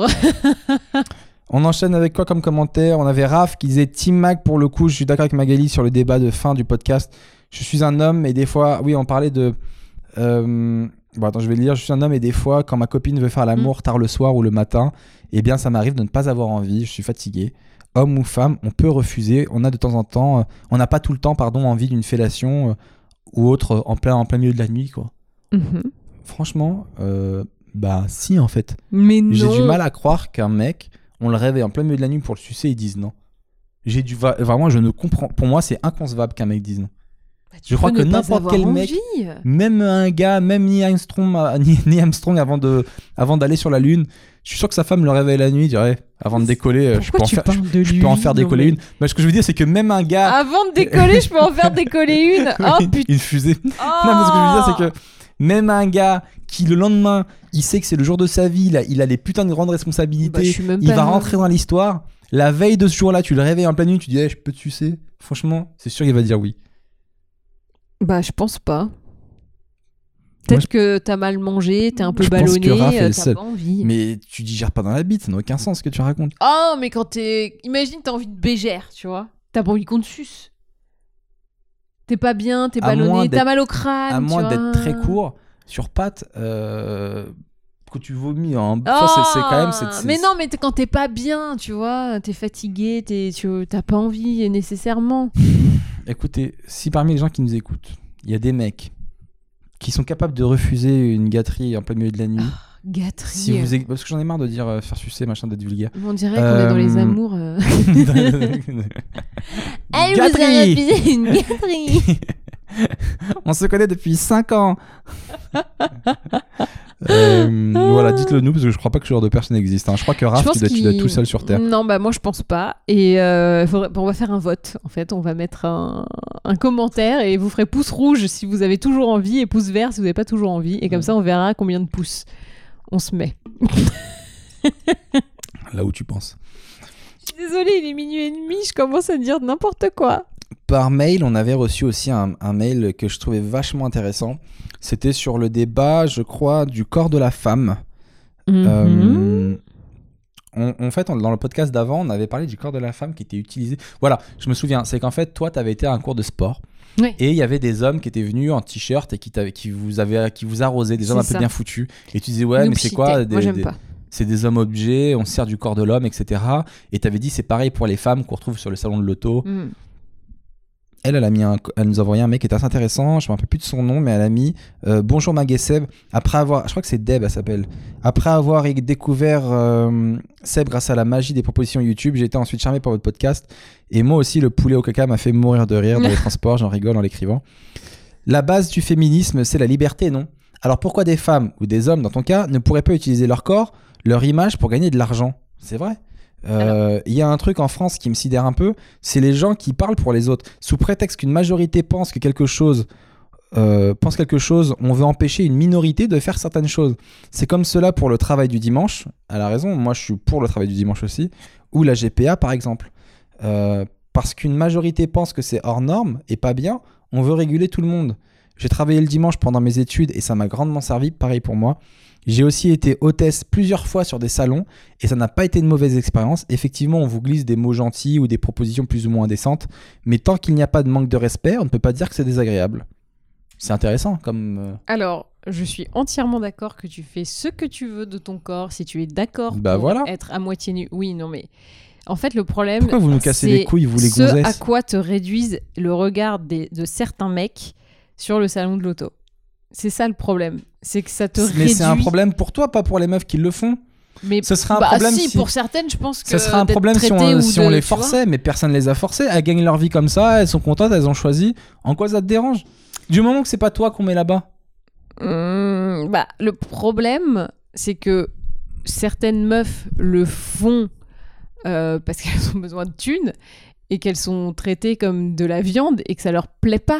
On enchaîne avec quoi comme commentaire? On avait Raph qui disait Team Mac pour le coup. Je suis d'accord avec Magali sur le débat de fin du podcast. Je suis un homme et des fois, oui, on parlait de. Euh... Bon, attends, je vais le lire. Je suis un homme et des fois, quand ma copine veut faire l'amour mmh. tard le soir ou le matin, eh bien, ça m'arrive de ne pas avoir envie. Je suis fatigué. Homme ou femme, on peut refuser. On a de temps en temps, euh... on n'a pas tout le temps, pardon, envie d'une fellation euh, ou autre en plein, en plein milieu de la nuit, quoi. Mmh. Franchement, euh... bah, si en fait. Mais non. J'ai du mal à croire qu'un mec. On le réveille en plein milieu de la nuit pour le sucer, ils disent non. J'ai du va- vraiment, je ne comprends. Pour moi, c'est inconcevable qu'un mec dise non. Bah, je crois que n'importe quel mec, même un gars, même Neil Armstrong, Neil Armstrong avant de, avant d'aller sur la lune, je suis sûr que sa femme le réveille la nuit, il dirait avant de décoller, je peux, en faire, je, de je peux en faire décoller mais... une. Mais ce que je veux dire, c'est que même un gars, avant de décoller, je peux en faire décoller une. Oh une, putain. Une fusée. Oh. Non, mais ce que je veux dire, c'est que même un gars qui le lendemain, il sait que c'est le jour de sa vie, il a, il a les putains de grandes responsabilités, bah, il va rentrer dans l'histoire. La veille de ce jour-là, tu le réveilles en pleine nuit, tu dis hey, je peux te sucer. Franchement, c'est sûr qu'il va dire oui. Bah, je pense pas. Peut-être je... que t'as mal mangé, t'es un peu je ballonné, pense que t'as seul. Pas envie. Mais tu digères pas dans la bite, ça n'a aucun sens ce que tu racontes. Oh, mais quand t'es. Imagine, t'as envie de bégère, tu vois. T'as pas envie qu'on te suce. T'es pas bien, t'es ballonné, t'as mal au crâne. À moins tu d'être vois. très court, sur pattes, euh, que tu vomis. Hein. Oh, ça, c'est, c'est quand même. C'est, c'est... Mais non, mais t'es, quand t'es pas bien, tu vois, t'es fatigué, t'es, tu, t'as pas envie nécessairement. Écoutez, si parmi les gens qui nous écoutent, il y a des mecs qui sont capables de refuser une gâterie en plein milieu de la nuit. Oh, gâterie. Si vous é... Parce que j'en ai marre de dire euh, faire sucer, machin, d'être vulgaire. On dirait euh... qu'on est dans les amours. Euh... Elle vous a refusé une gâterie. On se connaît depuis cinq ans. Euh, voilà, dites-le nous parce que je crois pas que ce genre de personne existe. Hein. Je crois que Raph, tu dois, tu dois être tout seul sur Terre. Non, bah moi je pense pas. Et euh, faudrait... on va faire un vote. En fait, on va mettre un... un commentaire et vous ferez pouce rouge si vous avez toujours envie et pouce vert si vous n'avez pas toujours envie. Et comme ça, on verra combien de pouces on se met. Là où tu penses. Désolée, il est minuit et demi. Je commence à dire n'importe quoi. Par mail, on avait reçu aussi un, un mail que je trouvais vachement intéressant. C'était sur le débat, je crois, du corps de la femme. Mm-hmm. Euh, on, en fait, on, dans le podcast d'avant, on avait parlé du corps de la femme qui était utilisé. Voilà, je me souviens, c'est qu'en fait, toi, tu avais été à un cours de sport. Oui. Et il y avait des hommes qui étaient venus en t-shirt et qui, qui, vous, avaient, qui vous arrosaient, des c'est hommes un ça. peu bien foutus. Et tu disais, ouais, Nous mais c'est quoi des, Moi, j'aime des, pas. C'est des hommes objets, on se sert du corps de l'homme, et cetera. Et tu avais dit, c'est pareil pour les femmes qu'on retrouve sur le salon de l'auto. Mm. Elle, elle, a mis un, elle nous a envoyé un mec qui était assez intéressant, je ne me rappelle plus de son nom, mais elle a mis euh, Bonjour Mag Seb, après avoir, je crois que c'est Deb, elle s'appelle. Après avoir découvert euh, Seb grâce à la magie des propositions YouTube, j'ai été ensuite charmé par votre podcast. Et moi aussi, le poulet au caca m'a fait mourir de rire dans les transports, j'en rigole en l'écrivant. La base du féminisme, c'est la liberté, non ? Alors pourquoi des femmes, ou des hommes dans ton cas, ne pourraient pas utiliser leur corps, leur image pour gagner de l'argent ? C'est vrai ? Il euh, y a un truc en France qui me sidère un peu, c'est les gens qui parlent pour les autres. Sous prétexte qu'une majorité pense que quelque chose, euh, pense quelque chose, on veut empêcher une minorité de faire certaines choses. C'est comme cela pour le travail du dimanche. Elle a raison, moi je suis pour le travail du dimanche aussi. Ou la G P A par exemple. Euh, parce qu'une majorité pense que c'est hors norme et pas bien, on veut réguler tout le monde. J'ai travaillé le dimanche pendant mes études et ça m'a grandement servi, pareil pour moi. J'ai aussi été hôtesse plusieurs fois sur des salons et ça n'a pas été une mauvaise expérience. Effectivement, on vous glisse des mots gentils ou des propositions plus ou moins indécentes, mais tant qu'il n'y a pas de manque de respect, on ne peut pas dire que c'est désagréable. C'est intéressant comme... Euh... Alors, je suis entièrement d'accord que tu fais ce que tu veux de ton corps, si tu es d'accord bah pour voilà. être à moitié nu. Oui, non mais... En fait, le problème, pourquoi vous nous cassez les couilles, vous les ce gonzesses ? à quoi te réduisent le regard des, de certains mecs sur le salon de l'auto. C'est ça le problème. C'est que ça te mais réduit... Mais c'est un problème pour toi, pas pour les meufs qui le font. Mais ce serait un bah problème si, si... pour certaines, je pense que ce serait un problème si on, si de, on les forçait, mais personne les a forcés. Elles gagnent leur vie comme ça, elles sont contentes, elles ont choisi. En quoi ça te dérange ? Du moment que c'est pas toi qu'on met là-bas. Mmh, bah, le problème, c'est que certaines meufs le font euh, parce qu'elles ont besoin de thunes et qu'elles sont traitées comme de la viande et que ça leur plaît pas.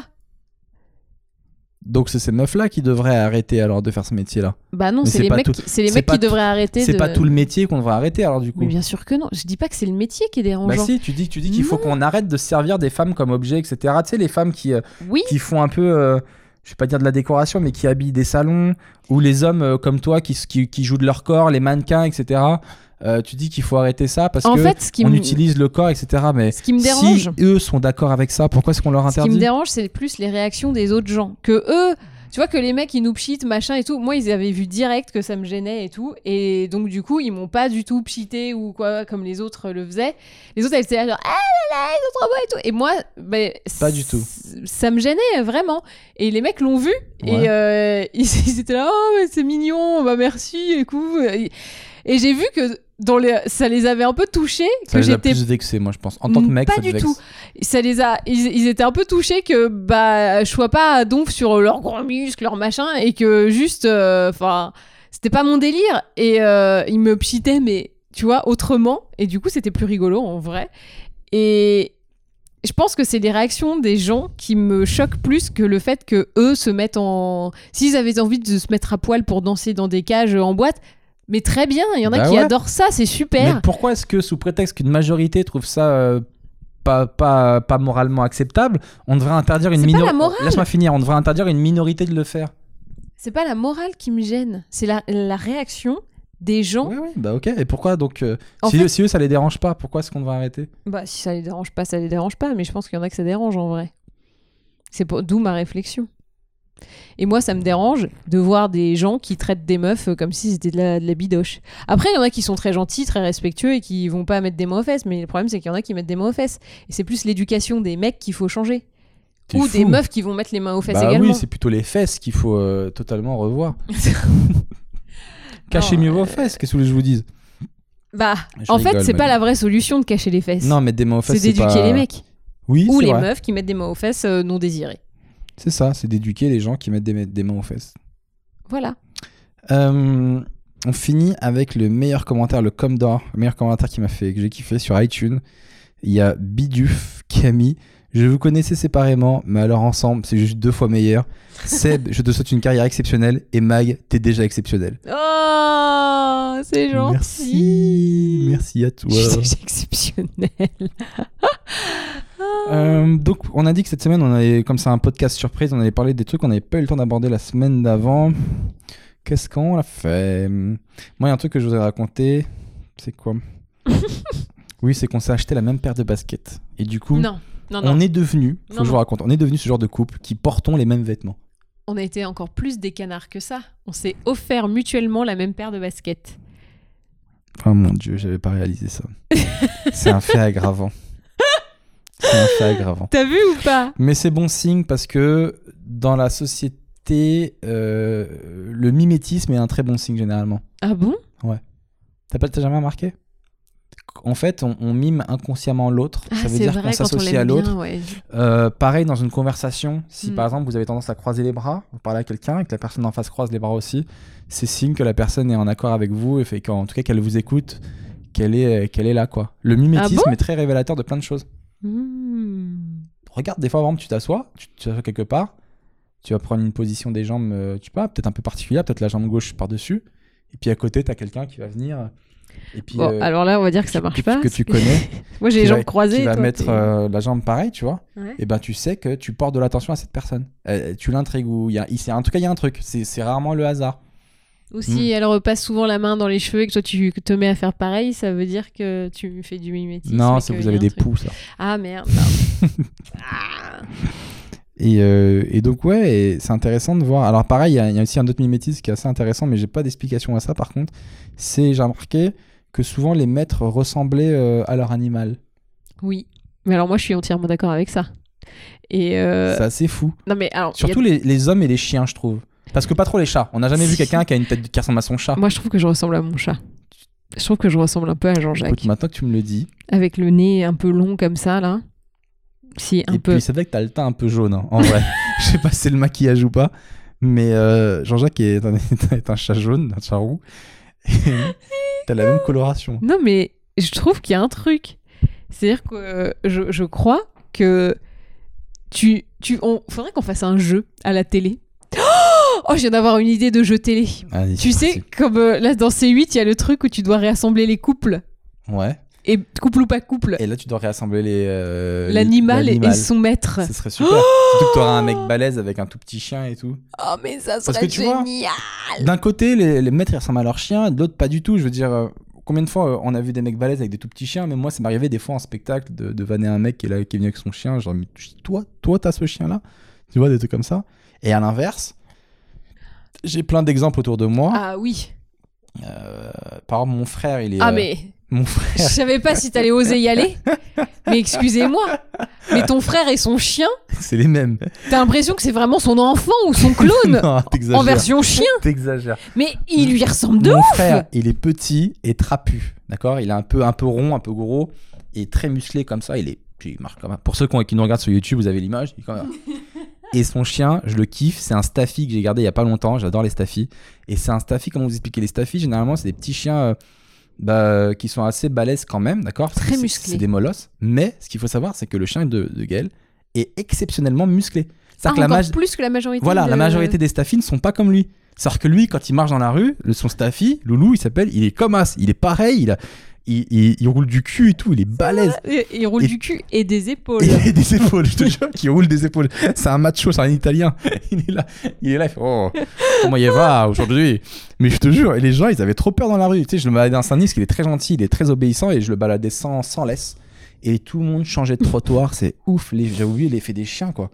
Donc c'est ces meufs-là qui devraient arrêter alors de faire ce métier-là. Bah non, mais c'est, c'est les mecs, tout... qui, c'est les mecs qui devraient arrêter. C'est de... pas tout le métier qu'on devrait arrêter alors du coup. Mais bien sûr que non. Je dis pas que c'est le métier qui est dérangeant. Bah si, tu dis, tu dis qu'il non. faut qu'on arrête de servir des femmes comme objets, et cetera. Tu sais, les femmes qui, euh, oui. qui font un peu, euh, je vais pas dire de la décoration, mais qui habillent des salons, ou les hommes euh, comme toi qui, qui, qui jouent de leur corps, les mannequins, et cetera. Euh, tu dis qu'il faut arrêter ça parce en que fait, ce qui on me... utilise le corps, et cetera. Mais ce qui me dérange, si eux sont d'accord avec ça, pourquoi est-ce qu'on leur interdit ? Ce qui me dérange, c'est plus les réactions des autres gens. Que eux, tu vois, que les mecs ils nous pchitent, machin et tout. Moi, ils avaient vu direct que ça me gênait et tout. Et donc, du coup, ils m'ont pas du tout pchité ou quoi, comme les autres le faisaient. Les autres, elles étaient là, genre, ah là là, ils sont trop beaux et tout. Et moi, bah, pas du tout. Ça me gênait vraiment. Et les mecs l'ont vu. Ouais. Et euh, ils, ils étaient là, oh, mais c'est mignon, bah merci, écoute. Et, et j'ai vu que dans les... ça les avait un peu touchés. Ça que les j'étais... a plus vexés, moi, je pense. En tant que mec, pas ça te du vexe. tout. Ça les a... ils, ils étaient un peu touchés que bah, je sois pas à donf sur leurs grands muscles, leurs machins, et que juste... Enfin, euh, c'était pas mon délire. Et euh, ils me pchitaient, mais tu vois, autrement. Et du coup, c'était plus rigolo, en vrai. Et... je pense que c'est les réactions des gens qui me choquent plus que le fait que eux se mettent en... S'ils avaient envie de se mettre à poil pour danser dans des cages en boîte, mais très bien, il y en a bah qui ouais. adorent ça, c'est super. Mais pourquoi est-ce que sous prétexte qu'une majorité trouve ça euh, pas, pas, pas moralement acceptable, on devrait interdire une minorité... Laisse-moi finir, on devrait interdire une minorité de le faire. C'est pas la morale qui me gêne, c'est la, la réaction des gens. Oui, oui, bah ok. Et pourquoi donc euh, si, fait, eux, si eux ça les dérange pas, pourquoi est-ce qu'on devrait arrêter ? Bah si ça les dérange pas, ça les dérange pas, mais je pense qu'il y en a que ça dérange en vrai. C'est pour... d'où ma réflexion. Et moi ça me dérange de voir des gens qui traitent des meufs comme si c'était de la, de la bidoche. Après il y en a qui sont très gentils, très respectueux et qui vont pas mettre des mots aux fesses, mais le problème c'est qu'il y en a qui mettent des mots aux fesses. Et c'est plus l'éducation des mecs qu'il faut changer. T'es Ou fou. des meufs qui vont mettre les mains aux fesses bah également. Oui, c'est plutôt les fesses qu'il faut euh, totalement revoir. Cachez non, mieux euh... vos fesses, qu'est-ce que je vous dise ? Bah, je en rigole, fait, c'est mais... pas la vraie solution de cacher les fesses. Non, mettre des mains aux fesses, c'est d'éduquer c'est pas... les mecs. Oui, ou c'est les vrai. meufs qui mettent des mains aux fesses euh, non désirées. C'est ça, c'est d'éduquer les gens qui mettent des, des mains aux fesses. Voilà. Euh, on finit avec le meilleur commentaire, le com d'or, le meilleur commentaire qui m'a fait, que j'ai kiffé sur iTunes. Il y a Biduf qui a mis « Je vous connaissais séparément, mais alors ensemble, c'est juste deux fois meilleur. Seb, je te souhaite une carrière exceptionnelle et Mag, t'es déjà exceptionnel. » Oh, c'est gentil. Merci, merci à toi. Je suis déjà exceptionnel. Euh, donc, on a dit que cette semaine, on avait, comme c'est un podcast surprise, on allait parler des trucs qu'on n'avait pas eu le temps d'aborder la semaine d'avant. Qu'est-ce qu'on a fait ? Moi, il y a un truc que je vous ai raconté. C'est quoi ? Oui, c'est qu'on s'est acheté la même paire de baskets. Et du coup, non, non, on non. est devenu, faut Non, que je vous non. raconte, on est devenu ce genre de couple qui portons les mêmes vêtements. On a été encore plus des canards que ça. On s'est offert mutuellement la même paire de baskets. Oh mon Dieu, j'avais pas réalisé ça. C'est un fait aggravant. C'est un fait aggravant. T'as vu ou pas ? Mais c'est bon signe parce que dans la société, euh, le mimétisme est un très bon signe généralement. Ah bon ? T'as, pas, t'as jamais remarqué ? En fait, on, on mime inconsciemment l'autre. Ah, ça veut c'est dire vrai, qu'on quand on s'associe l'aime à l'autre. bien, ouais. Euh, pareil dans une conversation, si Mm. par exemple vous avez tendance à croiser les bras, vous parlez à quelqu'un et que la personne en face croise les bras aussi, c'est signe que la personne est en accord avec vous et fait qu'en tout cas qu'elle vous écoute, qu'elle est, qu'elle est là quoi. Le mimétisme Ah bon est très révélateur de plein de choses. Mmh. Regarde, des fois, par exemple, tu t'assois, tu tu t'assois quelque part, tu vas prendre une position des jambes, euh, tu sais pas, peut-être un peu particulière, peut-être la jambe gauche par-dessus, et puis à côté, t'as quelqu'un qui va venir, et puis Bon, euh, alors là, on va dire que ça marche que, pas. que tu connais, Moi, j'ai qui les va- jambes croisées. qui va toi, mettre t'es- euh, la jambe pareil, tu vois, Ouais. et ben tu sais que tu portes de l'attention à cette personne. Euh, tu l'intrigues, ou il y a, il- c'est- en tout cas, il y a un truc, c'est, c'est rarement le hasard. Ou si Mm. elle repasse souvent la main dans les cheveux et que toi, tu te mets à faire pareil, ça veut dire que tu fais du mimétisme. non, et c'est que vous y a avez un des truc. poux, ça. Ah merde. pardon. Ah. Et, euh, et donc, ouais, et c'est intéressant de voir. Alors, pareil, il y, a- il y a aussi un autre mimétisme qui est assez intéressant, mais j'ai pas d'explication à ça par contre. C'est, j'ai remarqué que souvent les maîtres ressemblaient euh, à leur animal. Oui. Mais alors, moi, je suis entièrement d'accord avec ça. Et euh, C'est assez fou. non, mais alors. il y a- Surtout les, les hommes et les chiens, je trouve. Parce que pas trop les chats. On n'a jamais vu quelqu'un qui a une tête qui ressemble à son chat. Moi, je trouve que je ressemble à mon chat. Je trouve que je ressemble un peu à Jean-Jacques. Écoute, maintenant que tu me le dis. Avec le nez un peu long comme ça, là. Si, un et peu. puis, c'est vrai que t'as le teint un peu jaune, hein, en vrai. Je sais pas si c'est le maquillage ou pas. Mais euh, Jean-Jacques est un, est un chat jaune, un chat roux. Et t'as la même coloration. Non, mais je trouve qu'il y a un truc. C'est-à-dire que euh, je, je crois que tu, tu, on faudrait qu'on fasse un jeu à la télé. Oh, je viens d'avoir une idée de jeu télé. Allez, Tu c'est sais, comme euh, là dans C huit, il y a le truc où tu dois réassembler les couples. parti. Ouais. Et couple ou pas couple. Et là, tu dois réassembler les. euh, L'animal et l'animal. son maître. Ce serait super. Surtout que t'auras un mec balèze avec un tout petit chien et tout. Oh, mais ça Parce serait que tu vois, génial. D'un côté, les, les maîtres ils ressemblent à leur chien, de l'autre, pas du tout. Je veux dire, euh, combien de fois euh, on a vu des mecs balèzes avec des tout petits chiens, mais moi, ça m'arrivait des fois en spectacle de, de vanner un mec qui est, là, qui est venu avec son chien. Genre, mais tu- toi, toi, t'as ce chien-là. Tu vois, des trucs comme ça. Et à l'inverse, j'ai plein d'exemples autour de moi. Ah oui. Euh, par exemple, mon frère, il est. Ah, euh, mais Mon je frère. savais pas si t'allais oser y aller. Mais excusez-moi. Mais ton frère et son chien, C'est les mêmes. t'as l'impression que c'est vraiment son enfant ou son clone Non, t'exagères. en version chien. T'exagères. Mais il lui ressemble de Mon ouf. frère, il est petit et trapu, d'accord. Il est un peu, un peu rond, un peu gros et très musclé comme ça. Il est, puis il marche comme un- Pour ceux qui, ont- qui nous regardent sur YouTube, vous avez l'image. il est comme- Et son chien, je le kiffe. C'est un Staffy que j'ai gardé il y a pas longtemps. J'adore les Staffy. Et c'est un Staffy. Comment vous expliquer les Staffy? Généralement, c'est des petits chiens euh, bah, qui sont assez balèzes quand même, d'accord. Très C'est- musclés. C'est des molosses. Mais ce qu'il faut savoir, c'est que le chien de, de Gaël est exceptionnellement musclé. Ah, C'est-à-dire que la encore maj- plus que la majorité. Voilà, de- la majorité des Staffy ne sont pas comme lui. C'est-à-dire que lui, quand il marche dans la rue, le- son Staffy, Loulou, il s'appelle, il est comme As. Il est pareil, il, a, il, il, il roule du cul et tout, il est balèze. Et- Il roule Et- du cul et des épaules. Et il a des épaules, je te jure qu'il roule des épaules. C'est un macho, c'est un italien. Il est là, il est là, il fait Oh, comment il va aujourd'hui? Mais je te jure, et les gens, ils avaient trop peur dans la rue. Tu sais, je le baladais dans Saint-Denis, parce qu'il est très gentil, il est très obéissant, et je le baladais sans, sans laisse. Et tout le monde changeait de trottoir, c'est ouf. Les, j'ai oublié l'effet des chiens, quoi.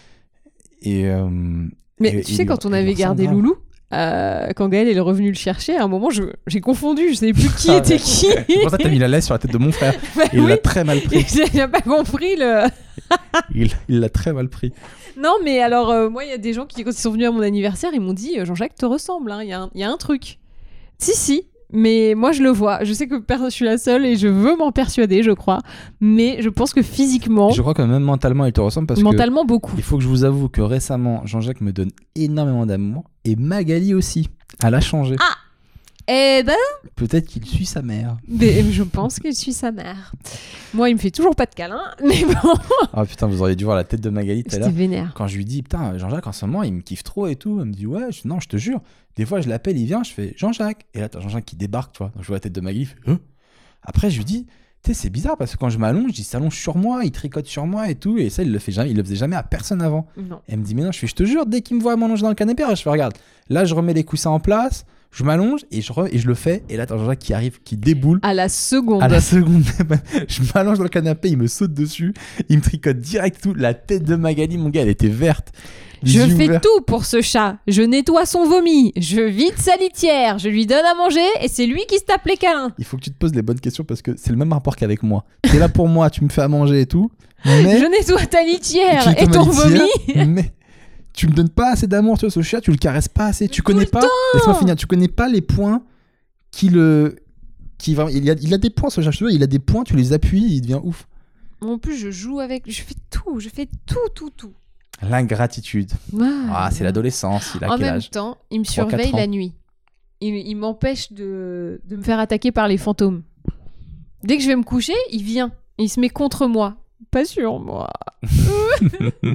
Et. euh, Mais et- tu il sais, lui- quand on il lui avait ressemble gardé grave. Loulou, euh, quand Gaël est revenu le chercher, à un moment, je- j'ai confondu, je savais plus qui Ah était ouais. qui. C'est pour ça que t'as mis la laisse sur la tête de mon frère. Bah Et il oui. l'a très mal pris. Et j'ai pas compris le. Il il l'a très mal pris. Non, mais alors, euh, moi, il y a des gens qui, quand ils sont venus à mon anniversaire, ils m'ont dit euh, Jean-Jacques te ressemble, hein, il y, a un- il y a un truc. Si, si, mais moi, je le vois. Je sais que per- je suis la seule et je veux m'en persuader, je crois. Mais je pense que physiquement, Je crois que même mentalement, il te ressemble parce que. mentalement, beaucoup. Il faut que je vous avoue que récemment, Jean-Jacques me donne énormément d'amour et Magali aussi. Elle a changé. Ah Eh ben, Peut-être qu'il suit sa mère. mais je pense qu'il suit sa mère. Moi, il me fait toujours pas de câlin, mais bon. Ah putain, vous auriez dû voir la tête de Magali tout à J'étais l'heure. vénère. Quand je lui dis, putain, Jean-Jacques, en ce moment, il me kiffe trop et tout. Elle me dit, ouais, je... non, je te jure. Des fois, je l'appelle, il vient, je fais Jean-Jacques. Et là, t'as Jean-Jacques qui débarque, tu vois. Donc, je vois la tête de Magali, il fait, hein. Après, je lui dis, tu sais, c'est bizarre parce que quand je m'allonge, il s'allonge sur moi, il tricote sur moi et tout. Et ça, il le, fait jamais, il le faisait jamais à personne avant. Non. Et elle me dit, mais non, je fais, je te jure, dès qu'il me voit m'allonger dans le canapé, je fais, regarde, là, je remets les coussins en place, je m'allonge et je, re... et je le fais. Et là, t'as Jean-Jacques qui arrive, qui déboule. À la seconde. À la seconde, je m'allonge dans le canapé, il me saute dessus, il me tricote direct tout. La tête de Magali, mon gars, elle était verte. Les Je yeux fais ouverts. tout pour ce chat. Je nettoie son vomi, je vide sa litière, je lui donne à manger et c'est lui qui se tape les câlins. Il faut que tu te poses les bonnes questions parce que c'est le même rapport qu'avec moi. T'es là pour moi, tu me fais à manger et tout, mais Je nettoie ta tu litière nettoies et ma ton litière, vomi. mais tu me donnes pas assez d'amour, tu vois, ce chat, tu le caresses pas assez. Tu Tout connais le pas. Laisse-moi finir. Tu connais pas les points qui le, qui va. Il a, il a des points, ce chat. Je te jure, il a des points. Tu les appuies, il devient ouf. En plus, je joue avec, je fais tout, je fais tout, tout, tout. L'ingratitude. Ah, c'est l'adolescence. Il a En quel même âge temps, il me trois, quatre surveille ans. la nuit. Il, il m'empêche de, de me faire attaquer par les fantômes. Dès que je vais me coucher, il vient. Il se met contre moi. Pas sur moi. Vous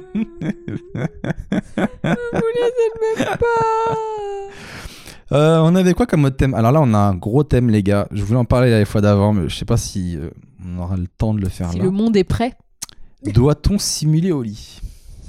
laissez même pas. Euh, on avait quoi comme autre thème? Alors là, on a un gros thème, les gars. Je voulais en parler la fois d'avant, mais je sais pas si euh, on aura le temps de le faire Si là. le monde est prêt. Doit-on simuler au lit?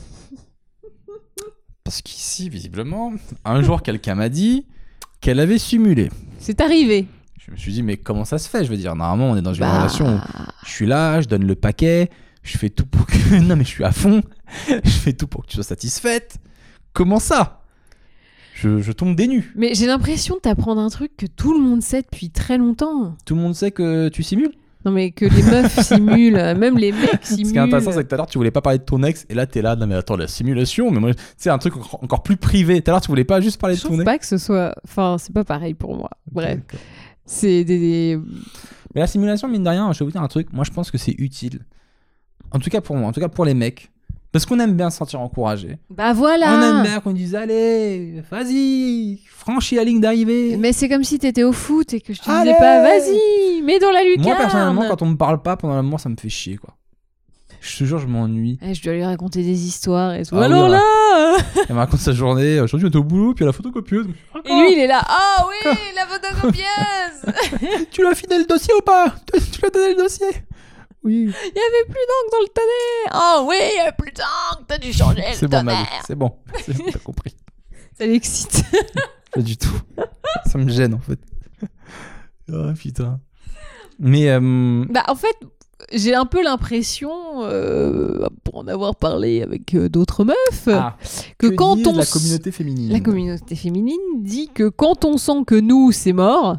Parce qu'ici, visiblement, un jour, quelqu'un m'a dit qu'elle avait simulé. C'est arrivé. Je me suis dit, mais comment ça se fait? Je veux dire, normalement, on est dans une Bah, relation où je suis là, je donne le paquet, je fais tout pour que... Non, mais je suis à fond. Je fais tout pour que tu sois satisfaite. Comment ça? je, je tombe des nues. Mais j'ai l'impression de t'apprendre un truc que tout le monde sait depuis très longtemps. Tout le monde sait que tu simules? Non mais que les meufs simulent, même les mecs Ce simulent. qui est intéressant, c'est que tout à l'heure, tu voulais pas parler de ton ex, et là, t'es là, non mais attends, la simulation, mais moi, c'est un truc encore encore plus privé. Tout à l'heure, tu voulais pas juste parler Je de ton trouve ex. pas que ce soit... Enfin, c'est pas pareil pour moi. Bref, D'accord. c'est des... des- Mais la simulation, mine de rien, je vais vous dire un truc, moi je pense que c'est utile. En tout cas pour moi, en tout cas pour les mecs. Parce qu'on aime bien se sentir encouragé. Bah voilà. On aime bien qu'on dise allez, vas-y, franchis la ligne d'arrivée. Mais c'est comme si t'étais au foot et que je te Allez. disais pas vas-y, mets dans la lucarne. Moi personnellement, quand on me parle pas pendant l'amour, ça me fait chier quoi. Je te jure, je m'ennuie. Eh, je dois lui raconter des histoires et tout. Ah oui, Alors voilà. là Elle me raconte sa journée. Aujourd'hui, on était au boulot, puis à la photocopieuse. Et lui, il est là. Ah oui, la photocopieuse. Tu l'as filé le dossier ou pas? Tu lui as donné le dossier? Oui. Il y avait plus d'encre dans le tonnerre. Oh oui, il y avait plus d'encre. T'as dû changer le C'est bon, Marie, tonnerre. c'est bon. C'est bon, t'as compris. Ça l'excite. Pas du tout. Ça me gêne en fait. Oh putain. Mais euh, Bah en fait, j'ai un peu l'impression, euh, pour en avoir parlé avec euh, d'autres meufs, ah, que, que quand disent on la s- communauté féminine. la communauté féminine dit que quand on sent que nous c'est mort,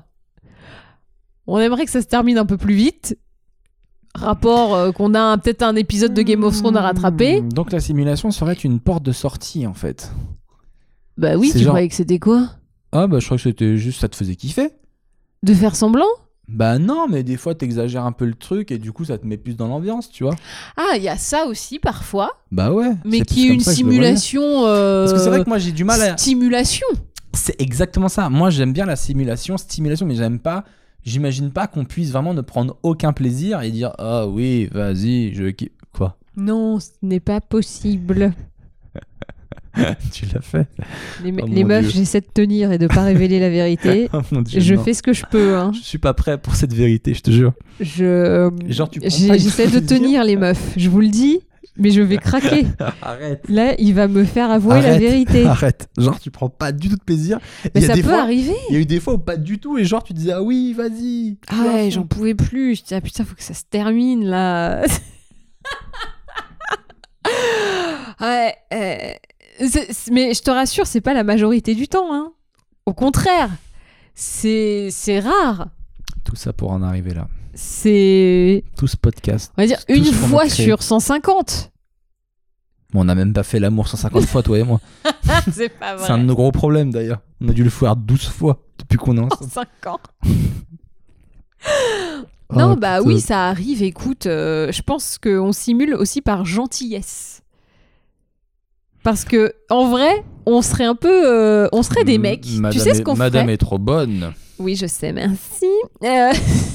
on aimerait que ça se termine un peu plus vite. Rapport euh, qu'on a un- peut-être un épisode de Game of Thrones à rattraper. Hmm, Donc la simulation serait une porte de sortie en fait. Bah oui, C'est tu genre- croyais que c'était quoi? Ah bah je crois que c'était juste ça te faisait kiffer. De faire semblant? Bah non, mais des fois t'exagères un peu le truc et du coup ça te met plus dans l'ambiance, tu vois. Ah, il y a ça aussi parfois, Bah ouais. mais c'est qui plus est comme une ça que je le voyais. simulation. euh, Parce que c'est vrai que moi j'ai du mal à... Stimulation. C'est exactement ça. Moi, j'aime bien la simulation, stimulation, mais j'aime pas. J'imagine pas qu'on puisse vraiment ne prendre aucun plaisir et dire ah oui, vas-y, je ki- quoi. Non, ce n'est pas possible. Tu l'as fait. Les, me- Oh les mon meufs, Dieu. j'essaie de tenir et de pas révéler la vérité. Oh mon Dieu, Je non. fais ce que je peux. Hein. Je suis pas prêt pour cette vérité, je te jure. Je... Genre, tu prends j'ai- pas du J'essaie tout de plaisir. tenir les meufs. Je vous le dis, mais je vais craquer. Arrête. Là, il va me faire avouer la Arrête. vérité. Arrête. Genre, tu prends pas du tout de plaisir. Mais Il y a ça des peut fois, arriver. il y a eu des fois où pas du tout et genre tu disais ah oui, vas-y. Ah tu vois, ouais, fond. j'en pouvais plus. Je disais, ah putain, faut que ça se termine là. ouais, euh, c'est- c'est- mais je te rassure, c'est pas la majorité du temps. Hein. Au contraire, c'est c'est rare. Tout ça pour en arriver là. C'est, Tout ce podcast. on va dire, Tout une ce qu'on a fois créé. sur cent cinquante. Bon, on a même pas fait l'amour cent cinquante fois, toi et moi. c'est pas vrai. C'est un de nos gros problèmes d'ailleurs. On a dû le faire douze fois depuis qu'on est En ensemble. cinq ans. Non, Oh, bah putain. oui, ça arrive. Écoute, euh, je pense qu'on simule aussi par gentillesse. Parce que, en vrai, on serait un peu. Euh, on serait des mecs. Madame tu sais ce est- qu'on Madame ferait est trop bonne. Oui, je sais, merci. Euh,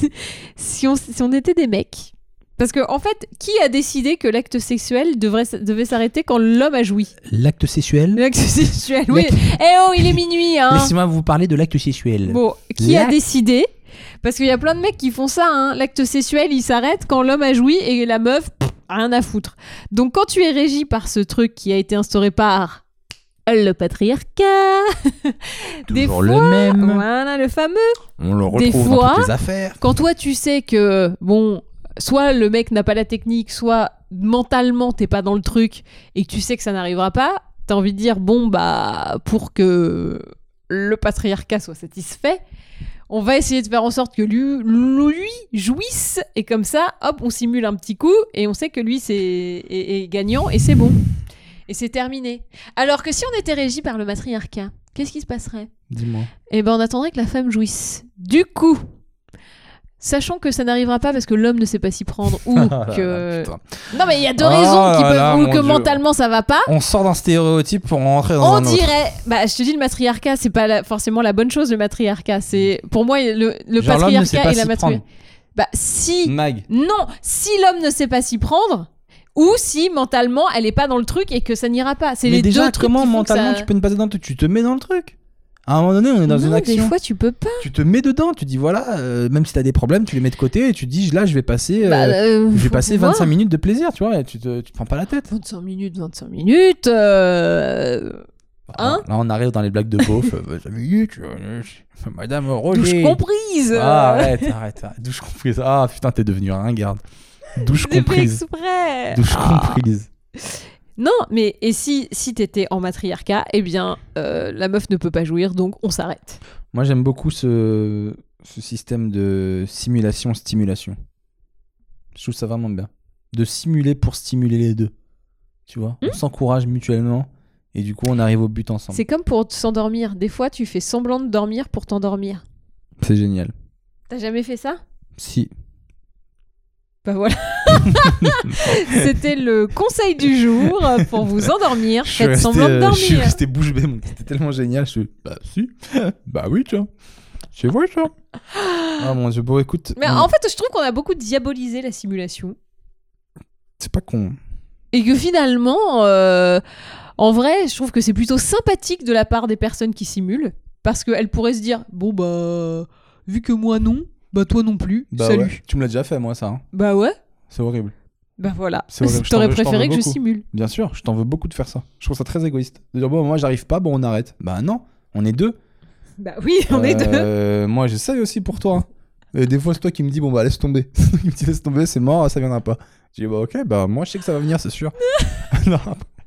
si, on, si on était des mecs. Parce que, en fait, qui a décidé que l'acte sexuel devrait, devait s'arrêter quand l'homme a joui? L'acte sexuel. L'acte sexuel, oui. L'acte- Eh oh, il est minuit, hein. Laissez-moi vous parler de l'acte sexuel. Bon, qui a L'acte- décidé? Parce qu'il y a plein de mecs qui font ça, hein. L'acte sexuel, il s'arrête quand l'homme a joui et la meuf, pff, rien à foutre. Donc, quand tu es régi par ce truc qui a été instauré par le patriarcat, des Toujours fois, le même. voilà, le fameux. On le Des retrouve dans fois- toutes les affaires. Quand toi, tu sais que, bon, soit le mec n'a pas la technique, soit mentalement, t'es pas dans le truc et que tu sais que ça n'arrivera pas, t'as envie de dire, bon, bah, pour que le patriarcat soit satisfait, on va essayer de faire en sorte que lui, lui jouisse, et comme ça, hop, on simule un petit coup, et on sait que lui, c'est est, est gagnant, et c'est bon. Et c'est terminé. Alors que si on était régi par le matriarcat, qu'est-ce qui se passerait? Dis-moi. Eh ben, on attendrait que la femme jouisse. Du coup, sachant que ça n'arrivera pas parce que l'homme ne sait pas s'y prendre, ou Ah là que... là, putain. Non, mais il y a deux Ah raisons qui là peuvent... là, ou mon que Dieu. mentalement, ça va pas. On sort d'un stéréotype pour rentrer dans On un autre. dirait, bah je te dis, le matriarcat, c'est pas la- forcément la bonne chose. Le matriarcat, c'est pour moi le, le Genre, l'homme ne sait patriarcat pas et la s'y matriarcat. prendre. Bah si, Mag. non, si l'homme ne sait pas s'y prendre, ou si mentalement elle est pas dans le truc et que ça n'ira pas. C'est Mais les déjà, deux trucs comment qui font que mentalement ça... tu peux ne pas être dans le truc? Tu te mets dans le truc. À un moment donné, on est dans non, une action. des fois tu peux pas. Tu te mets dedans. Tu dis voilà, euh, même si t'as des problèmes, tu les mets de côté et tu dis là, je vais passer, euh, Bah, euh, je vais faut passer voir. vingt-cinq minutes de plaisir, tu vois. Et tu te, tu te prends pas la tête. vingt-cinq minutes, vingt-cinq minutes. Euh... Hein Là, on arrive dans les blagues de beauf. euh, vingt-cinq minutes, euh, Madame Roger. Douche comprise. Ah, arrête, arrête, arrête. Douche comprise. Ah, putain, t'es devenu ringarde. Douche J'ai fait comprise. exprès. Douche Ah. comprise. Non, mais et si, si t'étais en matriarcat, eh bien, euh, la meuf ne peut pas jouir, donc on s'arrête. Moi, j'aime beaucoup ce, ce système de simulation-stimulation. Je trouve ça vraiment bien. De simuler pour stimuler les deux. Tu vois, Hmm on s'encourage mutuellement et du coup, on arrive au but ensemble. C'est comme pour s'endormir. Des fois, tu fais semblant de dormir pour t'endormir. C'est génial. T'as jamais fait ça? Si. Bah voilà. C'était le conseil du jour pour vous endormir. Je suis Faites resté, semblant de euh, dormir. Je suis resté bouche bée, mon- c'était tellement génial. Je suis, bah si, bah oui, tu vois. C'est vrai, ça. Ah mon dieu, bon écoute, Mais on- en fait, je trouve qu'on a beaucoup diabolisé la simulation. c'est pas con. Et que finalement, euh, en vrai, je trouve que c'est plutôt sympathique de la part des personnes qui simulent. Parce qu'elles pourraient se dire, bon bah, vu que moi non, bah toi non plus, Bah salut. ouais. Tu me l'as déjà fait, moi, ça. hein. Bah ouais, C'est horrible. bah voilà. C'est horrible, je t'en T'aurais veux- je t'en préféré veux que je beaucoup. simule. Bien sûr, je t'en veux beaucoup de faire ça. Je trouve ça très égoïste. De dire, bon, moi, j'arrive pas, bon, on arrête. Bah non, on est deux. Bah oui, on est deux. Euh, Moi, j'essaye aussi pour toi. hein. Et des fois, c'est toi qui me dis, bon, bah laisse tomber. Il me dit, laisse tomber, c'est mort, ça viendra pas. Je dis, bah ok, bah moi, je sais que ça va venir, c'est sûr. Non.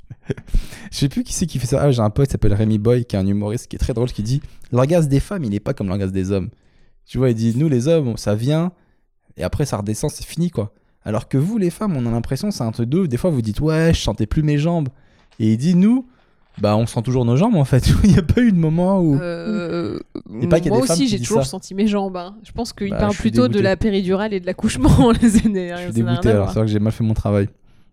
Je sais plus qui c'est qui fait ça. Ah, j'ai un pote qui s'appelle Rémi Boy, qui est un humoriste qui est très drôle, qui dit, l'orgasme des femmes, il est pas comme l'orgasme des hommes. Tu vois, il dit, nous, les hommes, ça vient, et après, ça redescend, c'est fini, quoi. Alors que vous, les femmes, on a l'impression, c'est un truc de ouf. Des fois, vous dites, ouais, je sentais plus mes jambes. Et il dit, nous, bah, on sent toujours nos jambes, en fait. Il n'y a pas eu de moment où. Euh, Et pas qu'il y a moi des femmes aussi, qui j'ai disent toujours ça. senti mes jambes. hein. Je pense qu'il Bah, parle je suis plutôt de dégoûté. la péridurale et de l'accouchement. les années, Je ça suis n'a rien dégoûté, à alors voir. c'est vrai que j'ai mal fait mon travail.